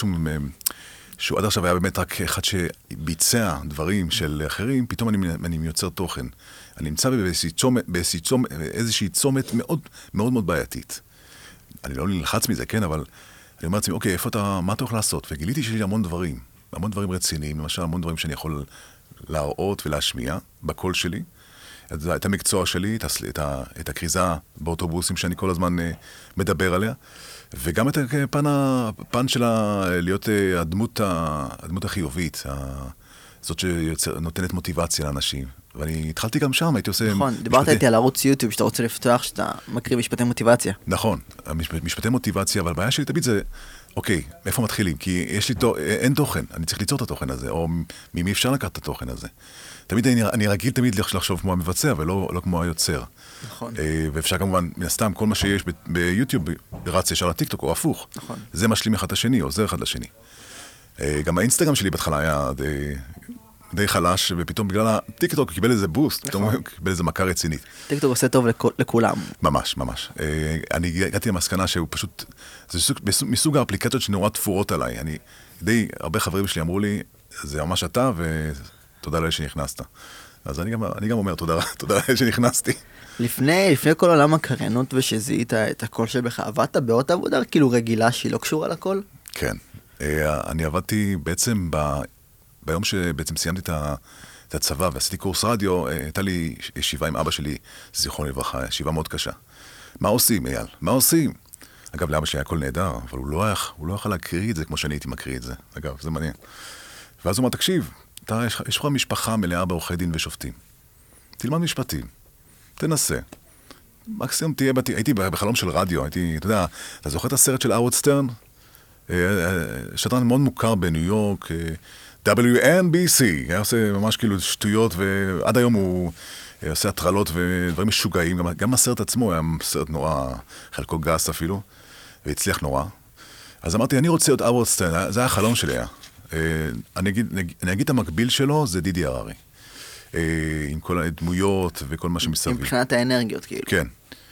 שהוא עד עכשיו היה באמת רק אחד שביצע דברים של אחרים, פתאום אני יוצר תוכן. אני נמצא באיזושהי צומת מאוד מאוד מאוד בעייתית. אני לא נלחץ מזה, כן, אבל אני אומר לעצמי, אוקיי, מה אתה יכול לעשות? וגיליתי שיש לי המון דברים רציניים, למשל המון דברים שאני יכול להראות ולהשמיע בקול שלי, את המקצוע שלי, את הקריזה באוטובוסים שאני כל הזמן מדבר עליה, וגם את הפן של להיות הדמות החיובית. זאת שנותנת מוטיבציה לאנשים. ואני התחלתי גם שם, הייתי עושה... נכון, דיברת איתי על ערוץ יוטיוב שאתה רוצה לפתוח, שאתה מקריא משפטי מוטיבציה. נכון, משפטי מוטיבציה, אבל הבעיה שלי תמיד זה, אוקיי, איפה מתחילים? כי יש לי, אין תוכן, אני צריך ליצור את התוכן הזה, או ממי אפשר לקחת את התוכן הזה. תמיד אני רגיל תמיד לחשוב כמו המבצע, ולא כמו היוצר. נכון. ואפשר כמובן, מן הסתם, כל מה שיש ביוטיוב רץ ישר לטיקטוק, או הפוך. נכון. זה משלים אחד לשני, עוזר אחד לשני. גם האינסטגרם שלי בהתחלה היה די חלש, ופתאום בגלל הטיקטוק קיבל איזה בוסט, פתאום הוא קיבל איזה מכה רצינית. טיקטוק עושה טוב לכולם. ממש, ממש. אני הגעתי למסקנה שהוא פשוט, זה מסוג האפליקציות שנורא תפורות עליי. הרבה חברים שלי אמרו לי, זה ממש אתה, ותודה לאל שנכנסת. אז אני גם אומר, תודה לאל שנכנסתי. לפני כל עולם הקריינות ושזיהית את הקול שבך, עבדת בעוד עבודה כאילו רגילה שהיא לא קשורה לקול? כן. אני עבדתי בעצם ביום שבעצם סיימתי את הצבא ועשיתי קורס רדיו, הייתה לי ישיבה עם אבא שלי, זיכרונו לברכה, ישיבה מאוד קשה. מה עושים, אייל? מה עושים? אגב, לאבא שלי היה קול נהדר, אבל הוא לא יכול להקריא את זה כמו שאני הייתי מקריא את זה. אגב, זה מעניין. ואז הוא אומר, תקשיב, יש לך משפחה מלאה בעורכי דין ושופטים. תלמד משפטים, תנסה. מקסימום הייתי בחלום של רדיו, אתה יודע, אתה זוכר את הסרט של אהרוד סטרן? שדרן מאוד מוכר בניו יורק, WNBC, היה עושה ממש כאילו שטויות, ועד היום הוא עושה הטרלות ודברים משוגעים, גם הסרט עצמו היה סרט נורא, חלקו גס אפילו, והצליח נורא. אז אמרתי, אני רוצה להיות אהרוד סטרן, זה היה החלום שלי היה. אני אגיד את המקביל שלו, זה דידי הררי. עם כל הדמויות וכל מה שמסביב. מבחינת האנרגיות כאילו. כן.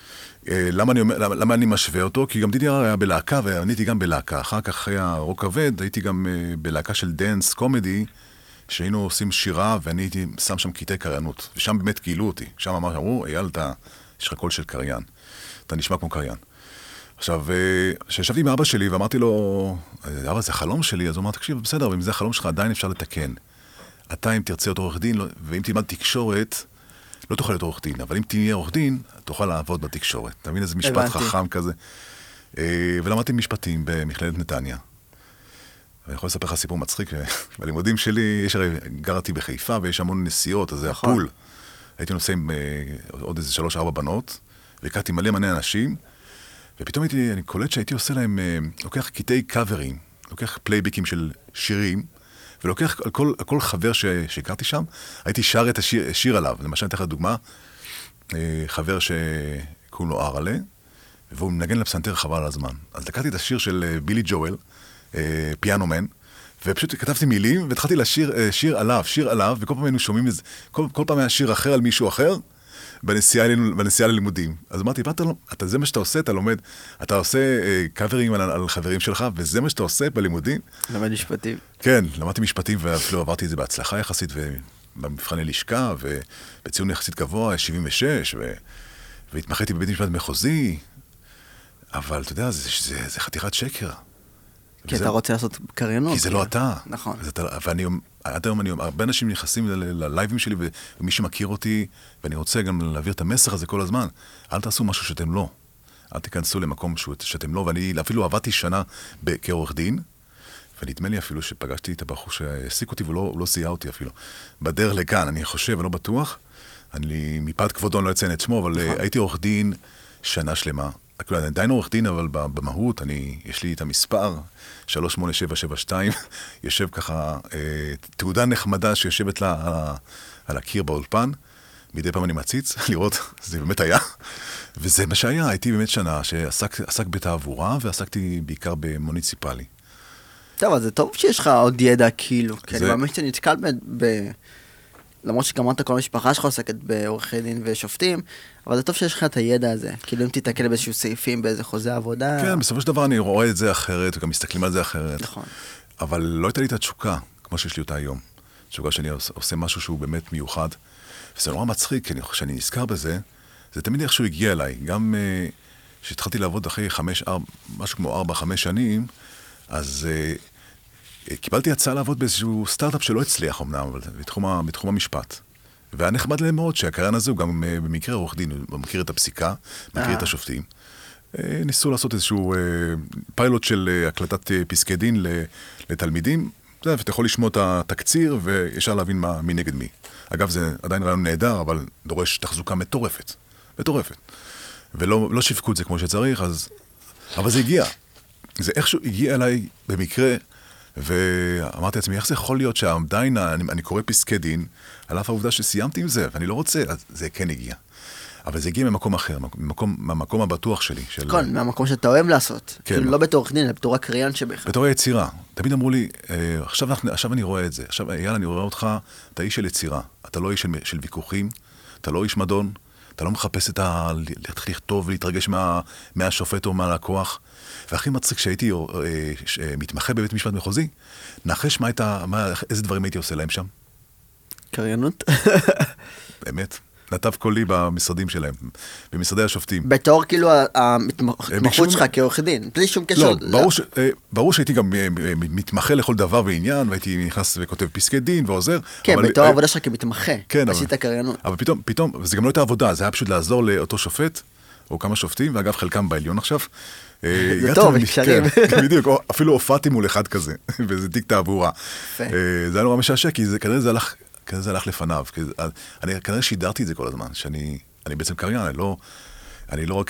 למה אני משווה אותו? כי גם דידי הררי היה בלהקה, ואני הייתי גם בלהקה. אחר כך אחרי הרוק כבד, הייתי גם בלהקה של דנס קומדי, שהיינו עושים שירה, ואני הייתי שם שם קטעי קריינות. ושם באמת גילו אותי. שם אמרו, אייל, יש לך קול של קריין. אתה נשמע כמו קריין. עכשיו, כשישבתי עם אבא שלי ואמרתי לו, אבא, זה חלום שלי, אז הוא אמר, תקשיב, בסדר, ואם זה החלום שלך, עדיין אפשר לתקן. אתה, אם תרצה להיות עורך דין, ואם תלמד תקשורת, לא תוכל להיות עורך דין, אבל אם תהיה עורך דין, תוכל לעבוד בתקשורת. אתה מבין איזה משפט חכם כזה? ולמדתי משפטים במכללת נתניה. ואני יכול לספר לך סיפור מצחיק, בלימודים שלי, גרתי בחיפה, ויש המון נסיעות, אז זה הפול. הייתי נוסע עם עוד איזה 3-4 בנות, והכרתי מלא אנשים, ופתאום אני קולט שהייתי עושה להם, לוקח קטעי קאברים, לוקח פלייביקים של שירים, ולוקח על כל חבר שהכרתי שם, הייתי שר את השיר עליו. למשל, אני אתן לך דוגמה, חבר שקוראים לו ארלה, והוא מנגן לפסנתר חבל על הזמן. אז לקחתי את השיר של בילי ג'ואל, פיאנו מן, ופשוט כתבתי מילים, והתחלתי לשיר שיר עליו, וכל פעם היינו שומעים את זה, כל פעם היה שיר אחר על מישהו אחר, בנסיעה ללימודים. אז אמרתי, זה מה שאתה עושה, אתה לומד, אתה עושה קאברים על חברים שלך, וזה מה שאתה עושה בלימודים. למד משפטים. כן, למדתי משפטים, ואפילו עברתי את זה בהצלחה יחסית, ובמבחני לשכה, ובציון יחסית גבוה, 76, והתמחיתי בבית משפט מחוזי, אבל אתה יודע, זה חתיכת שקר. כי אתה רוצה לעשות קריינות. כי זה לא אתה. נכון. ואני, עד היום הרבה אנשים נכנסים ללייבים שלי, ומי שמכיר אותי, ואני רוצה גם להעביר את המסר הזה כל הזמן, אל תעשו משהו שאתם לא. אל תיכנסו למקום שאתם לא, ואני אפילו עבדתי שנה כעורך דין, ונדמה לי אפילו שפגשתי את הבחור שהעסיק אותי, והוא לא סייע אותי אפילו. בדרך לכאן, אני חושב, אני לא בטוח, מפאת כבודו אני לא אציין את שמו, אבל הייתי עורך דין שנה שלמה. אני עדיין עורך דין, אבל במהות, יש לי את המספר, 38772, יושב ככה, תעודה נחמדה שיושבת לה על הקיר באולפן, מדי פעם אני מציץ, לראות, זה באמת היה, וזה מה שהיה, הייתי באמת שנה שעסק בתעבורה, ועסקתי בעיקר במוניציפלי. טוב, אז זה טוב שיש לך עוד ידע כאילו, כי אני מאמין שאתה נתקל למרות שגמרת כל המשפחה שלך עוסקת בעורכי דין ושופטים, אבל זה טוב שיש לך את הידע הזה. כאילו אם תתקל באיזשהו סעיפים, באיזה חוזה עבודה. כן, בסופו של דבר אני רואה את זה אחרת, וגם מסתכלים על זה אחרת. נכון. אבל לא הייתה לי את התשוקה, כמו שיש לי אותה היום. תשוקה שאני עושה משהו שהוא באמת מיוחד. וזה נורא מצחיק, כי כשאני נזכר בזה, זה תמיד איכשהו הגיע אליי. גם כשהתחלתי לעבוד אחרי משהו כמו 4-5 שנים, אז קיבלתי הצעה לעבוד באיזשהו סטארט-אפ שלא הצליח אמנם, אבל בתחום המשפט. והיה נחמד להם מאוד שהקריין הזה הוא גם במקרה עורך דין, הוא מכיר את הפסיקה, מכיר את השופטים. ניסו לעשות איזשהו פיילוט של הקלטת פסקי דין לתלמידים, ואתה יכול לשמוע את התקציר, וישר להבין מי נגד מי. אגב, זה עדיין רעיון נהדר, אבל דורש תחזוקה מטורפת. מטורפת. ולא שיווקו את זה כמו שצריך, אבל זה הגיע. זה איכשהו הגיע אליי במקרה, ואמרתי לעצמי, איך זה יכול להיות שעדיין אני קורא פסקי דין, על אף העובדה שסיימתי עם זה, ואני לא רוצה, אז זה כן הגיע. אבל זה הגיע ממקום אחר, מהמקום הבטוח שלי. כן, מהמקום שאתה אוהב לעשות. כאילו לא בתור עורך דין, אלא בתור הקריין שבך. בתור היצירה. תמיד אמרו לי, עכשיו אני רואה את זה, עכשיו יאללה, אני רואה אותך, אתה איש של יצירה, אתה לא איש של ויכוחים, אתה לא איש מדון, אתה לא מחפש להתחיל לכתוב ולהתרגש מהשופט או מהלקוח. והכי מצחיק שהייתי מתמחה בבית משפט מחוזי, נחש איזה דברים הייתי עושה להם שם? קריינות? באמת. נתב קולי במשרדים שלהם, במשרדי השופטים. בתור כאילו ההתמחות שלך כעורך דין, בלי שום קשר. לא, ברור שהייתי גם מתמחה לכל דבר ועניין, והייתי נכנס וכותב פסקי דין ועוזר. כן, בתור העבודה שלך כמתמחה, עשית קריינות. אבל פתאום, וזה גם לא הייתה עבודה, זה היה פשוט לעזור לאותו שופט, או כמה שופטים, ואגב חלקם בעליון עכשיו. זה טוב, אפשרים. בדיוק, אפילו הופעתי מול אחד כזה, וזה תיק תעבורה. זה היה נורא משעשע, כי כנראה זה הלך לפניו. אני כנראה שידרתי את זה כל הזמן, שאני בעצם קריין, אני לא רק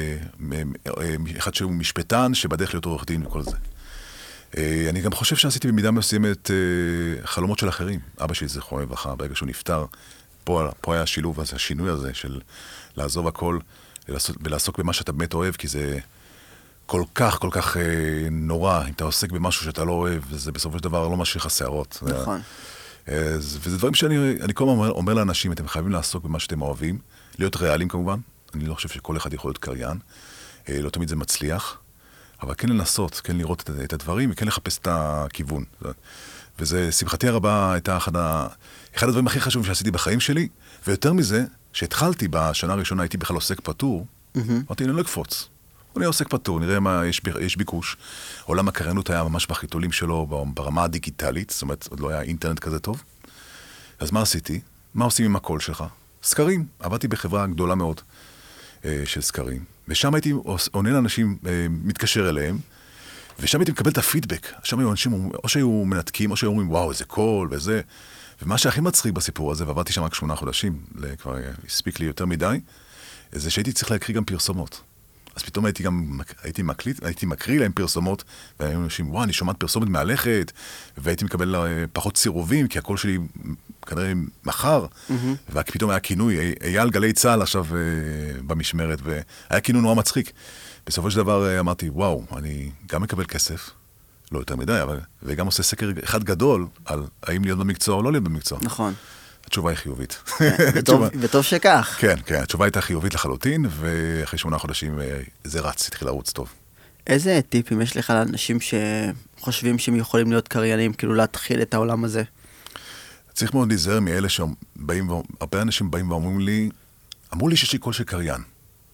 אחד שהוא משפטן, שבדרך להיות עורך דין וכל זה. אני גם חושב שעשיתי במידה מסוימת חלומות של אחרים. אבא שלי זכרו לברכה, ברגע שהוא נפטר, פה היה השילוב הזה, השינוי הזה של לעזוב הכל, ולעסוק במה שאתה באמת אוהב, כי זה כל כך נורא, אם אתה עוסק במשהו שאתה לא אוהב, זה בסופו של דבר לא משאיר לך שערות. נכון. וזה דברים שאני כל הזמן אומר לאנשים, אתם חייבים לעסוק במה שאתם אוהבים, להיות ריאליים כמובן, אני לא חושב שכל אחד יכול להיות קריין, לא תמיד זה מצליח, אבל כן לנסות, כן לראות את הדברים, וכן לחפש את הכיוון. וזה, שמחתי הרבה, הייתה אחד הדברים הכי חשובים שעשיתי בחיים שלי, ויותר מזה, שהתחלתי בשנה הראשונה, הייתי בכלל עוסק פטור, אמרתי, אני לא אקפוץ. אני עוסק פטור, נראה מה יש ביקוש. עולם הקריינות היה ממש בחיתולים שלו, ברמה הדיגיטלית, זאת אומרת, עוד לא היה אינטרנט כזה טוב. אז מה עשיתי? מה עושים עם הקול שלך? סקרים. עבדתי בחברה גדולה מאוד של סקרים, ושם הייתי עונה לאנשים, מתקשר אליהם, ושם הייתי מקבל את הפידבק. שם היו אנשים, או שהיו מנתקים, או שהיו אומרים, וואו, איזה קול, וזה. ומה שהכי מצחיק בסיפור הזה, ועבדתי שם רק 8 חודשים, כבר הספיק לי יותר מדי, זה שהייתי צריך להקריא גם פרסומות. אז פתאום הייתי מקריא להם פרסומות, והיו אנשים, וואו, אני שומעת פרסומת מהלכת, והייתי מקבל פחות סירובים, כי הקול שלי כנראה מחר, ופתאום היה כינוי, אייל גלי צהל עכשיו במשמרת, והיה כינוי נורא מצחיק. בסופו של דבר אמרתי, וואו, אני גם מקבל כסף, לא יותר מדי, וגם עושה סקר אחד גדול, על האם להיות במקצוע או לא להיות במקצוע. נכון. התשובה היא חיובית. וטוב שכך. כן, התשובה הייתה חיובית לחלוטין, ואחרי 8 חודשים זה רץ, התחיל לרוץ טוב. איזה טיפים יש לך לאנשים שחושבים שהם יכולים להיות קריינים, כאילו להתחיל את העולם הזה? צריך מאוד להיזהר מאלה שבאים, הרבה אנשים באים ואומרים לי, אמרו לי שיש לי קול של קריין.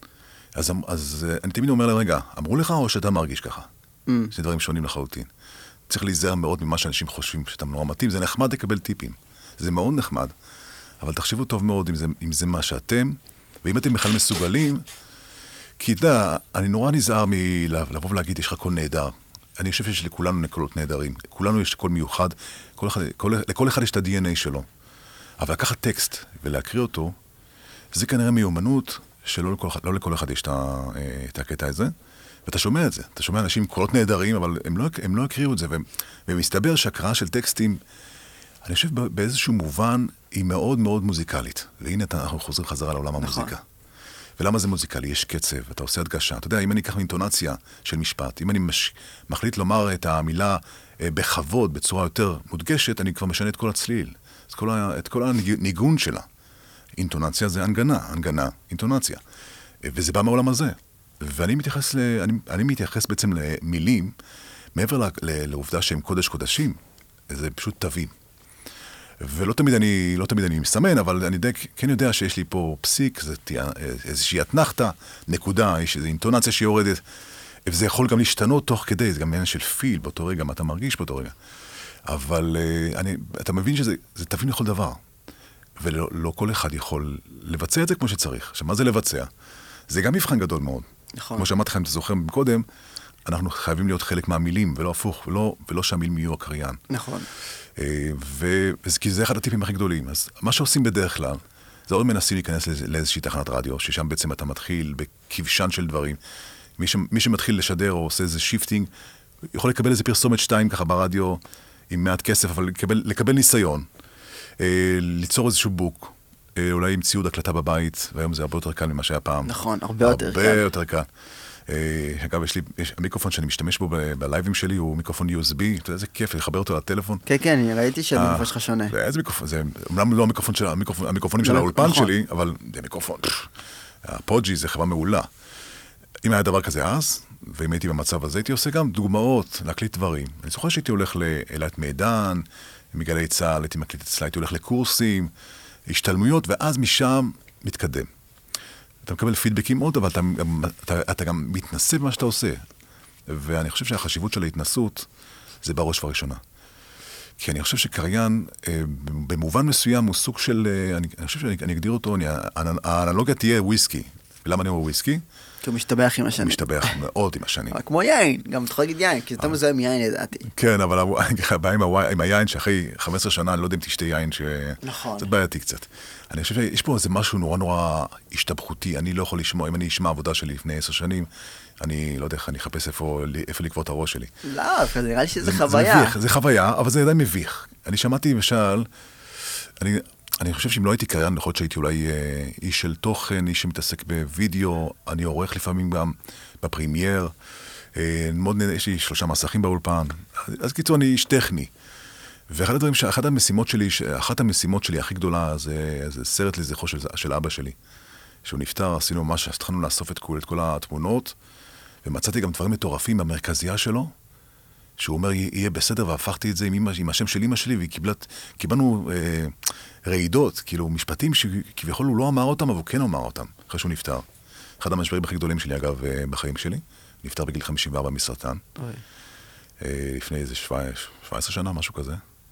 אז אני תמיד אומר להם, רגע, אמרו לך או שאתה מרגיש ככה? זה דברים שונים לחלוטין. צריך להיזהר מאוד ממה שאנשים חושבים שאתה נורא מתאים, זה נחמד לקבל טיפים. זה מאוד נחמד, אבל תחשבו טוב מאוד אם זה מה שאתם, ואם אתם בכלל מסוגלים, כי אני נורא נזהר לבוא ולהגיד, יש לך קול נהדר. אני חושב שיש לכולנו קולות נהדרים, לכולנו יש קול מיוחד, לכל אחד יש את ה-DNA שלו. אבל לקחת טקסט ולהקריא אותו, זה כנראה מיומנות שלא לכל אחד יש את הקטע הזה, ואתה שומע את זה, אתה שומע אנשים עם קולות נהדרים, אבל הם לא הקריאו את זה, ומסתבר שהקראה של טקסטים, אני חושב באיזשהו מובן היא מאוד מאוד מוזיקלית. והנה אנחנו חוזרים חזרה לעולם המוזיקה. ולמה זה מוזיקלי? יש קצב, אתה עושה הדגשה. אתה יודע, אם אני אקח אינטונציה של משפט, אם אני מחליט לומר את המילה בכבוד, בצורה יותר מודגשת, אני כבר משנה את כל הצליל. את כל הניגון שלה. אינטונציה זה הנגנה, אינטונציה. וזה בא מהעולם הזה. ואני מתייחס בעצם למילים, מעבר לעובדה שהם קודש קודשים, זה פשוט תווים. ולא תמיד אני מסמן, אבל אני כן יודע שיש לי פה פסיק, איזושהי התנחתה, נקודה, יש איזו אינטונציה שיורדת, וזה יכול גם להשתנות תוך כדי, זה גם עניין של פיל באותו רגע, מה אתה מרגיש באותו רגע. אבל אתה מבין שזה תבין לכל דבר, ולא כל אחד יכול לבצע את זה כמו שצריך. עכשיו, מה זה לבצע? זה גם מבחן גדול מאוד. נכון. כמו שאמרתי לכם, אתה זוכר קודם, אנחנו חייבים להיות חלק מהמילים, ולא הפוך, ולא שהמילים יהיו הקריין. נכון. כי זה אחד הטיפים הכי גדולים. אז מה שעושים בדרך כלל, זה עוד מנסים להיכנס לאיזושהי תחנת רדיו, ששם בעצם אתה מתחיל בכבשן של דברים. מי שמתחיל לשדר או עושה איזה שיפטינג, יכול לקבל איזה פרסומת 2 ככה ברדיו, עם מעט כסף, אבל לקבל ניסיון. ליצור איזשהו בוק, אולי עם ציוד הקלטה בבית, והיום זה הרבה יותר קל ממה שהיה פעם. נכון, הרבה יותר קל. הרבה יותר קל. אגב, המיקרופון שאני משתמש בו בלייבים שלי הוא מיקרופון USB, אתה יודע איזה כיף לחבר אותו לטלפון. כן, כן, אני ראיתי שהמיקרופון שלך שונה. איזה מיקרופון? זה אומנם לא המיקרופונים של האולפן שלי, אבל זה מיקרופון. הפוג'י זה חברה מעולה. אם היה דבר כזה אז, ואם הייתי במצב הזה, הייתי עושה גם דוגמאות, להקליט דברים. אני זוכר שהייתי הולך לאילת מידן, מגלי צהל, הייתי מקליט אצלה, הייתי הולך לקורסים, השתלמויות, ואז משם מתקדם. אתה מקבל פידבקים עוד, אבל אתה גם מתנסה במה שאתה עושה. ואני חושב שהחשיבות של ההתנסות זה בראש ובראשונה. כי אני חושב שקריין, במובן מסוים, הוא סוג של, אני חושב שאני אגדיר אותו, האנלוגיה תהיה וויסקי. ולמה אני אומר וויסקי? כי הוא משתבח עם השנים. הוא משתבח מאוד עם השנים. כמו יין, גם אתה יכול להגיד יין, כי זה יותר מזוהה מיין לדעתי. כן, אבל הבעיה עם היין שאחרי 15 שנה, אני לא יודע אם תשתה יין נכון. זה בעייתי קצת. אני חושב שיש פה איזה משהו נורא נורא השתבחותי, אני לא יכול לשמוע, אם אני אשמע עבודה שלי לפני 10 שנים, אני לא יודע איך אני אחפש איפה לקבור את הראש שלי. לא, זה נראה לי שזה חוויה. זה חוויה, אבל זה עדיין מביך. אני שמעתי למשל, אני חושב שאם לא הייתי קריין, יכול להיות שהייתי אולי איש של תוכן, איש שמתעסק בווידאו, אני עורך לפעמים גם בפרימייר, יש לי 3 מסכים באולפן, אז קיצור אני איש טכני. ואחת הדברים, אחת המשימות שלי הכי גדולה, זה סרט לזכרו של אבא שלי, שהוא נפטר, עשינו ממש, התחלנו לאסוף את כל התמונות, ומצאתי גם דברים מטורפים במרכזייה שלו, שהוא אומר, יהיה בסדר, והפכתי את זה עם השם של אמא שלי, וקיבלנו רעידות, כאילו משפטים שכביכול הוא לא אמר אותם, אבל הוא כן אמר אותם, אחרי שהוא נפטר. אחד המשברים הכי גדולים שלי, אגב, בחיים שלי, נפטר בגיל 54 מסרטן. לפני איזה 17 שנה, משהו כזה.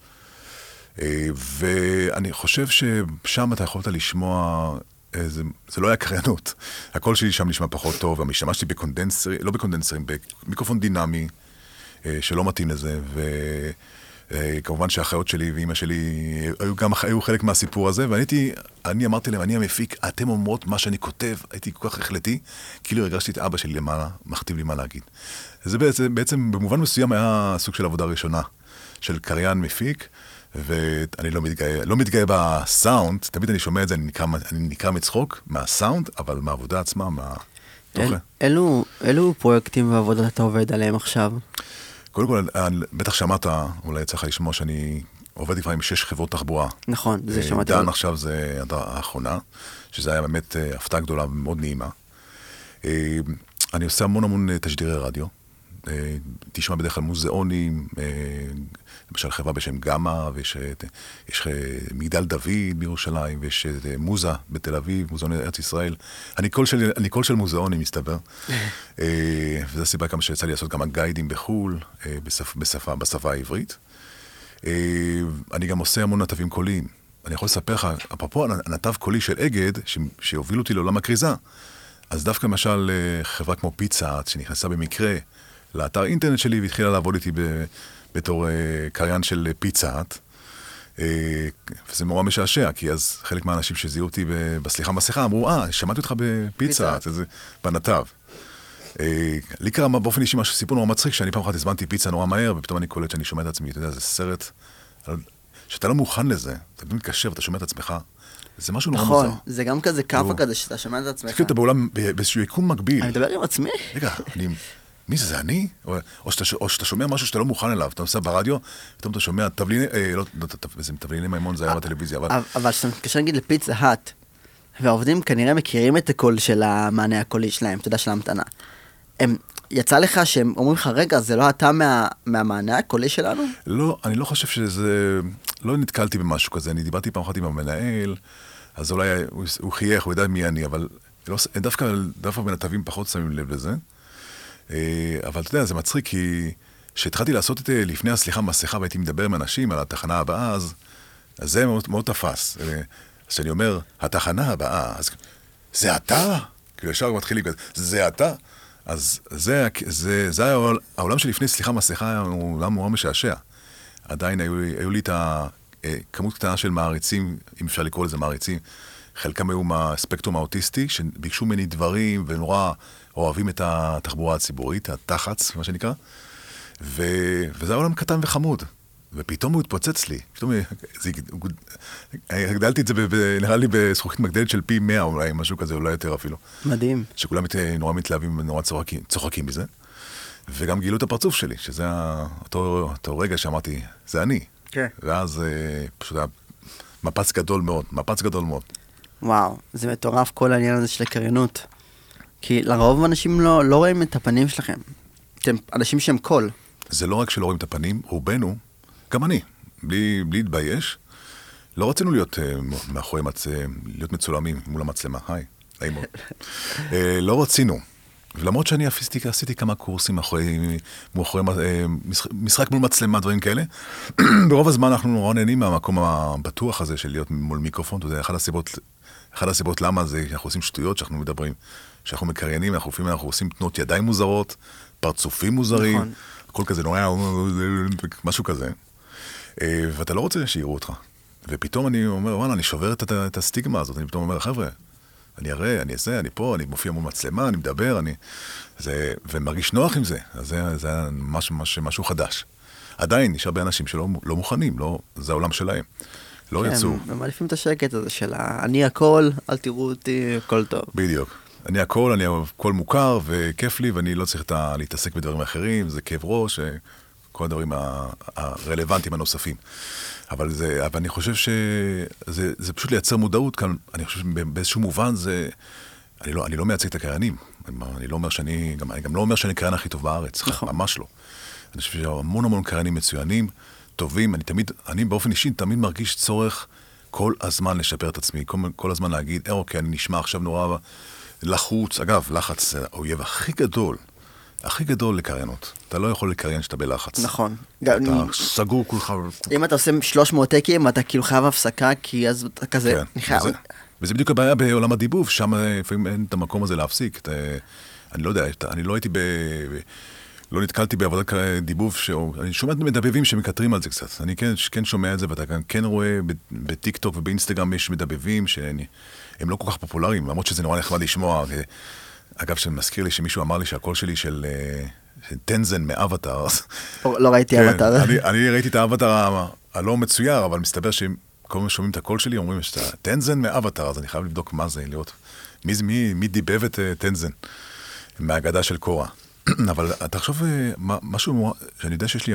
ואני חושב ששם אתה יכולת לשמוע, זה לא היה קריינות. הקול שלי שם נשמע פחות טוב, והשתמשתי בקונדנסרים, לא בקונדנסרים, במיקרופון דינמי, שלא מתאים לזה, וכמובן שהאחיות שלי ואמא שלי היו חלק מהסיפור הזה, ואני אמרתי להם, אני המפיק, אתם אומרות מה שאני כותב, הייתי כל כך החלטי, כאילו הרגשתי את אבא שלי למעלה, מכתיב לי מה להגיד. זה בעצם במובן מסוים היה סוג של עבודה ראשונה, של קריין מפיק, ואני לא מתגאה בסאונד, תמיד אני שומע את זה, אני נקרא מצחוק מהסאונד, אבל מהעבודה עצמה, מהתוכן. אילו פרויקטים ועבודות אתה עובד עליהם עכשיו? קודם כל, בטח שמעת, אולי יצא לך לשמוע שאני עובד כבר עם 6 חברות תחבורה. נכון, זה שמעתי. דן עכשיו זה האחרונה, שזה היה באמת הפתעה גדולה ומאוד נעימה. אני עושה המון תשדירי רדיו. תשמע בדרך כלל מוזיאונים, למשל חברה בשם גמא, ויש מגדל דוד בירושלים, ויש מוזה בתל אביב, מוזיאון ארץ ישראל. אני קול של מוזיאונים, מסתבר. וזו הסיבה כמה שיצא לי לעשות כמה גיידים בחול, בשפה העברית. אני גם עושה המון נתבים קוליים. אני יכול לספר לך, אפרופו הנתב קולי של אגד, שהוביל אותי לעולם הקריזה, אז דווקא למשל חברה כמו פיצה, שנכנסה במקרה לאתר אינטרנט שלי, והתחילה לעבוד איתי בתור קריין של פיצה-האט, וזה מאוד משעשע, כי אז חלק מהאנשים שזיהו אותי בסליחה מסכה, אמרו, שמעתי אותך בפיצה-האט, בנתב. לי קרה באופן אישי משהו סיפור נורא מצחיק, שאני פעם אחת הזמנתי פיצה נורא מהר, ופתאום אני קולט שאני שומע את עצמי, אתה יודע, זה סרט, שאתה לא מוכן לזה, אתה מתקשר ואתה שומע את עצמך, זה משהו נורא מוזר. נכון, זה גם כזה קאפה כזה, שאתה שומע את עצמך. אתה בעולם, באיזשהו יקום מקביל. אני מדבר עם עצמי. רגע, מי זה אני? או שאתה שומע משהו שאתה לא מוכן אליו, אתה נוסע ברדיו, פתאום אתה שומע תבליני, זה תבליני מימון, זה היה בטלוויזיה, אבל כשאתה מתקשר נגיד לפיצה-האט, והעובדים כנראה מכירים את הקול של המענה הקולי שלהם, אתה יודע, של ההמתנה. יצא לך שהם אומרים לך, רגע, זה לא אתה מהמענה הקולי שלנו? לא, אני לא חושב שזה, לא נתקלתי במשהו כזה, אני דיברתי פעם אחת עם המנהל, אז אולי הוא חייך, הוא ידע מי אני, אבל דווקא בנתבים פחות שמים לב לזה. אבל אתה יודע, זה מצחיק, כי כשהתחלתי לעשות את זה לפני הסליחה מסכה, והייתי מדבר עם אנשים על התחנה הבאה, אז זה מאוד, מאוד תפס. אז כשאני אומר, התחנה הבאה, אז זה אתה? כאילו ישר מתחיל לי, זה אתה? אז זה העולם שלפני סליחה מסכה, הוא עולם מאוד משעשע. עדיין היו לי את כמות קטנה של מעריצים, אם אפשר לקרוא לזה מעריצים, חלקם היו מהספקטרום האוטיסטי, שביקשו ממני דברים ונורא אוהבים את התחבורה הציבורית, התחץ, מה שנקרא, וזה העולם קטן וחמוד. ופתאום הוא התפוצץ לי, פתאום הגדלתי את זה נראה לי בזכוכית מגדלת של פי 100 אולי, משהו כזה, אולי יותר אפילו. מדהים. שכולם נורא מתלהבים ונורא צוחקים מזה. וגם גילו את הפרצוף שלי, שזה אותו רגע שאמרתי, זה אני. כן. ואז פשוט היה מפץ גדול מאוד, מפץ גדול מאוד. וואו, זה מטורף כל העניין הזה של הקריינות. כי לרוב אנשים לא רואים את הפנים שלכם. אתם אנשים שהם קול. זה לא רק שלא רואים את הפנים, רובנו, גם אני, בלי להתבייש, לא רצינו להיות מאחורי להיות מצולמים מול המצלמה. היי מאוד. לא רצינו. ולמרות שאני עשיתי כמה קורסים מאחורי משחק מול מצלמה, דברים כאלה, ברוב הזמן אנחנו נורא נהנים מהמקום הבטוח הזה של להיות מול מיקרופון. אתה יודע, אחת הסיבות למה זה אנחנו עושים שטויות שאנחנו מדברים, שאנחנו מקריינים, אנחנו עושים תנועות ידיים מוזרות, פרצופים מוזרים, נכון. הכל כזה נורא, משהו כזה. ואתה לא רוצה שיראו אותך. ופתאום אני אומר, וואלה, אני שובר את הסטיגמה הזאת. אני פתאום אומר, חבר'ה, אני אראה, אני אעשה, אני פה, אני מופיע מול מצלמה, אני מדבר, ומרגיש נוח עם זה. אז זה משהו חדש. עדיין יש הרבה אנשים שלא מוכנים, זה העולם שלהם. לא יצאו. הם מעדיפים את השקט הזה של אני הכל, אל תראו אותי, הכל טוב. בדיוק. אני הכל מוכר וכיף לי, ואני לא צריך להתעסק בדברים אחרים, זה כאב ראש, כל הדברים הרלוונטיים הנוספים. אבל אני חושב שזה פשוט לייצר מודעות כאן. אני חושב שבאיזשהו מובן אני לא מייצג את הקריינים. אני גם לא אומר שאני קריין הכי טוב בארץ. נכון. ממש לא. אני חושב שהמון קריינים מצוינים, טובים. אני באופן אישי תמיד מרגיש צורך כל הזמן לשפר את עצמי. כל הזמן להגיד, אוקיי, אני נשמע עכשיו נורא לחוץ. אגב, לחץ האויב הכי גדול לקריינות. אתה לא יכול לקריין שאתה בלחץ. נכון. אתה סגור כולך. אם אתה עושה 300 טקים, אתה כאילו חייב הפסקה, כי אז אתה כזה נחייב. וזה בדיוק הבעיה בעולם הדיבוב, שם לפעמים אין את המקום הזה להפסיק. אני לא יודע, אני לא נתקלתי בעבודת דיבוב, אני שומע את מדבבים שמקטרים על זה קצת. אני כן שומע את זה, ואתה כן רואה בטיק טוק ובאינסטגרם יש מדבבים שהם לא כל כך פופולריים, למרות שזה נורא נחמד לשמוע. אגב, שמזכיר לי שמישהו אמר לי שהקול שלי של טנזן מאבטר. לא ראיתי אבטר. אני ראיתי את האבטר הלא מצויר, אבל מסתבר שכל מי שומעים את הקול שלי אומרים שאתה טנזן מאבטר, אז אני חייב לבדוק מה זה, לראות מי דיבב את טנזן מהאגדה של קורה. אבל אתה חושב משהו שאני יודע שיש לי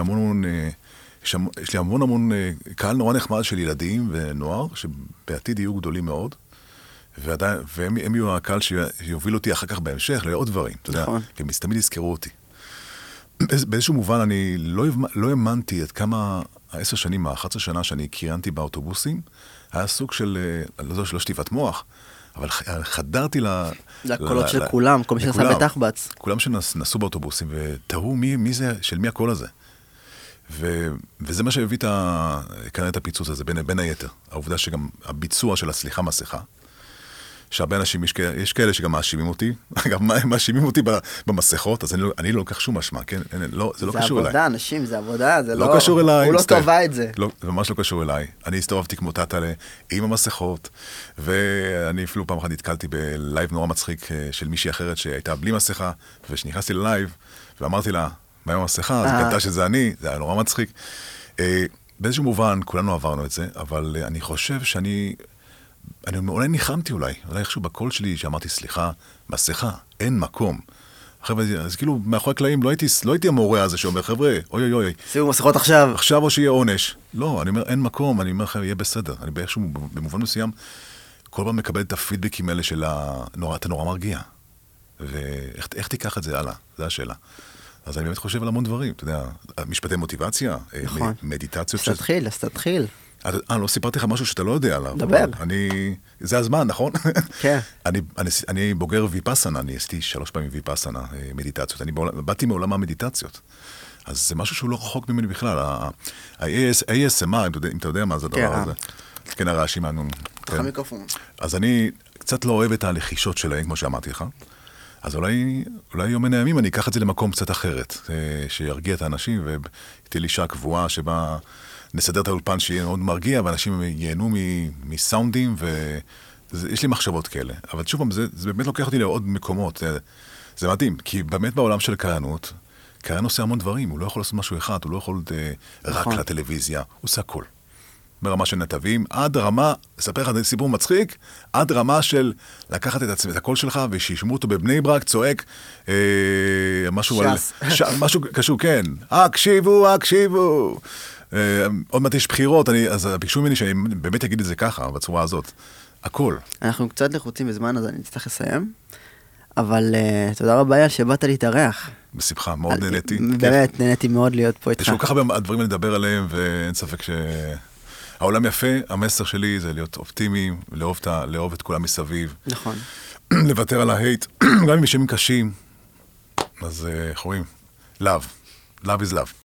המון קהל נורא נחמד של ילדים ונוער, שבעתיד יהיו גדולים מאוד. והם יהיו הקהל שיוביל אותי אחר כך בהמשך לעוד דברים, אתה יודע, כי הם תמיד יזכרו אותי. באיזשהו מובן אני לא האמנתי עד כמה 10 שנים, 11 שנה שאני קריינתי באוטובוסים, היה סוג של, לא שטיפת מוח, אבל חדרתי לקולות של כולם, כל מי שנסע בתחבץ. כולם שנסעו באוטובוסים, ותראו מי זה, של מי הקול הזה. וזה מה שהביא כאן את הפיצוץ הזה, בין היתר. העובדה שגם הביצוע של הסליחה מסכה, שהרבה אנשים, יש כאלה שגם מאשימים אותי, אגב, מאשימים אותי במסכות, אז אני לא לוקח שום משמע, כן? זה לא קשור אליי. זה עבודה, אנשים, זה עבודה, זה לא קשור אליי. הוא לא טובה את זה. זה ממש לא קשור אליי. אני הסתובבתי כמו טאטלה עם המסכות, ואני אפילו פעם אחת נתקלתי בלייב נורא מצחיק של מישהי אחרת שהייתה בלי מסכה, ושנכנסתי ללייב, ואמרתי לה, מה עם המסכה? אז היא קלטה שזה אני, זה היה נורא מצחיק. באיזשהו מובן, כולנו עברנו את זה, אבל אני חושב שאני אולי ניחמתי אולי איכשהו בקול שלי שאמרתי, סליחה, מסכה, אין מקום. חבר'ה, אז כאילו, מאחורי הקלעים לא הייתי המורה הזה שאומר, חבר'ה, אוי. שימו מסכות עכשיו. עכשיו או שיהיה עונש. לא, אני אומר, אין מקום, אני אומר, חבר'ה, יהיה בסדר. אני באיכשהו, במובן מסוים, כל פעם מקבל את הפידבקים האלה של אתה נורא מרגיע. ואיך תיקח את זה הלאה? זו השאלה. אז אני באמת חושב על המון דברים, אתה יודע, משפטי מוטיבציה, נכון. מדיטציות. אז תתחיל. לא סיפרתי לך משהו שאתה לא יודע עליו. דבר. זה הזמן, נכון? כן. אני בוגר ויפאסנה, אני עשיתי 3 פעמים ויפאסנה, מדיטציות. אני באתי מעולם המדיטציות. אז זה משהו שהוא לא רחוק ממני בכלל. ה-ASMR, אם אתה יודע מה זה הדבר הזה. כן, הרעשים. תוך המיקרופון. אז אני קצת לא אוהב את הלחישות שלהם, כמו שאמרתי לך. אז אולי יום מן הימים אני אקח את זה למקום קצת אחרת, שירגיע את האנשים, ותהיה לי שעה קבועה שבה נסדר את האולפן שיהיה מאוד מרגיע, ואנשים ייהנו מסאונדים, ויש לי מחשבות כאלה. אבל שוב פעם, זה באמת לוקח אותי לעוד מקומות. זה מדהים, כי באמת בעולם של קריינות, קריין עושה המון דברים, הוא לא יכול לעשות משהו אחד, הוא לא יכול רק לטלוויזיה, הוא עושה הכל. ברמה של נתבים, עד רמה, לספר לך סיפור מצחיק, עד רמה של לקחת את הקול שלך ושישמעו אותו בבני ברק, צועק, משהו משהו קשור, כן, הקשיבו. עוד מעט יש בחירות, אז ביקשו ממני שאני באמת אגיד את זה ככה, בצורה הזאת. הכל. אנחנו קצת לחוצים בזמן, אז אני אצטרך לסיים. אבל תודה רבה יאל שבאת להתארח. בשמחה, מאוד נהניתי. באמת, נהניתי מאוד להיות פה איתך. יש כל כך הרבה דברים לדבר עליהם, ואין ספק העולם יפה, המסר שלי זה להיות אופטימי, לאהוב את כולם מסביב. נכון. לוותר על ההייט, גם אם יש ימים קשים, אז איך אומרים? Love is love.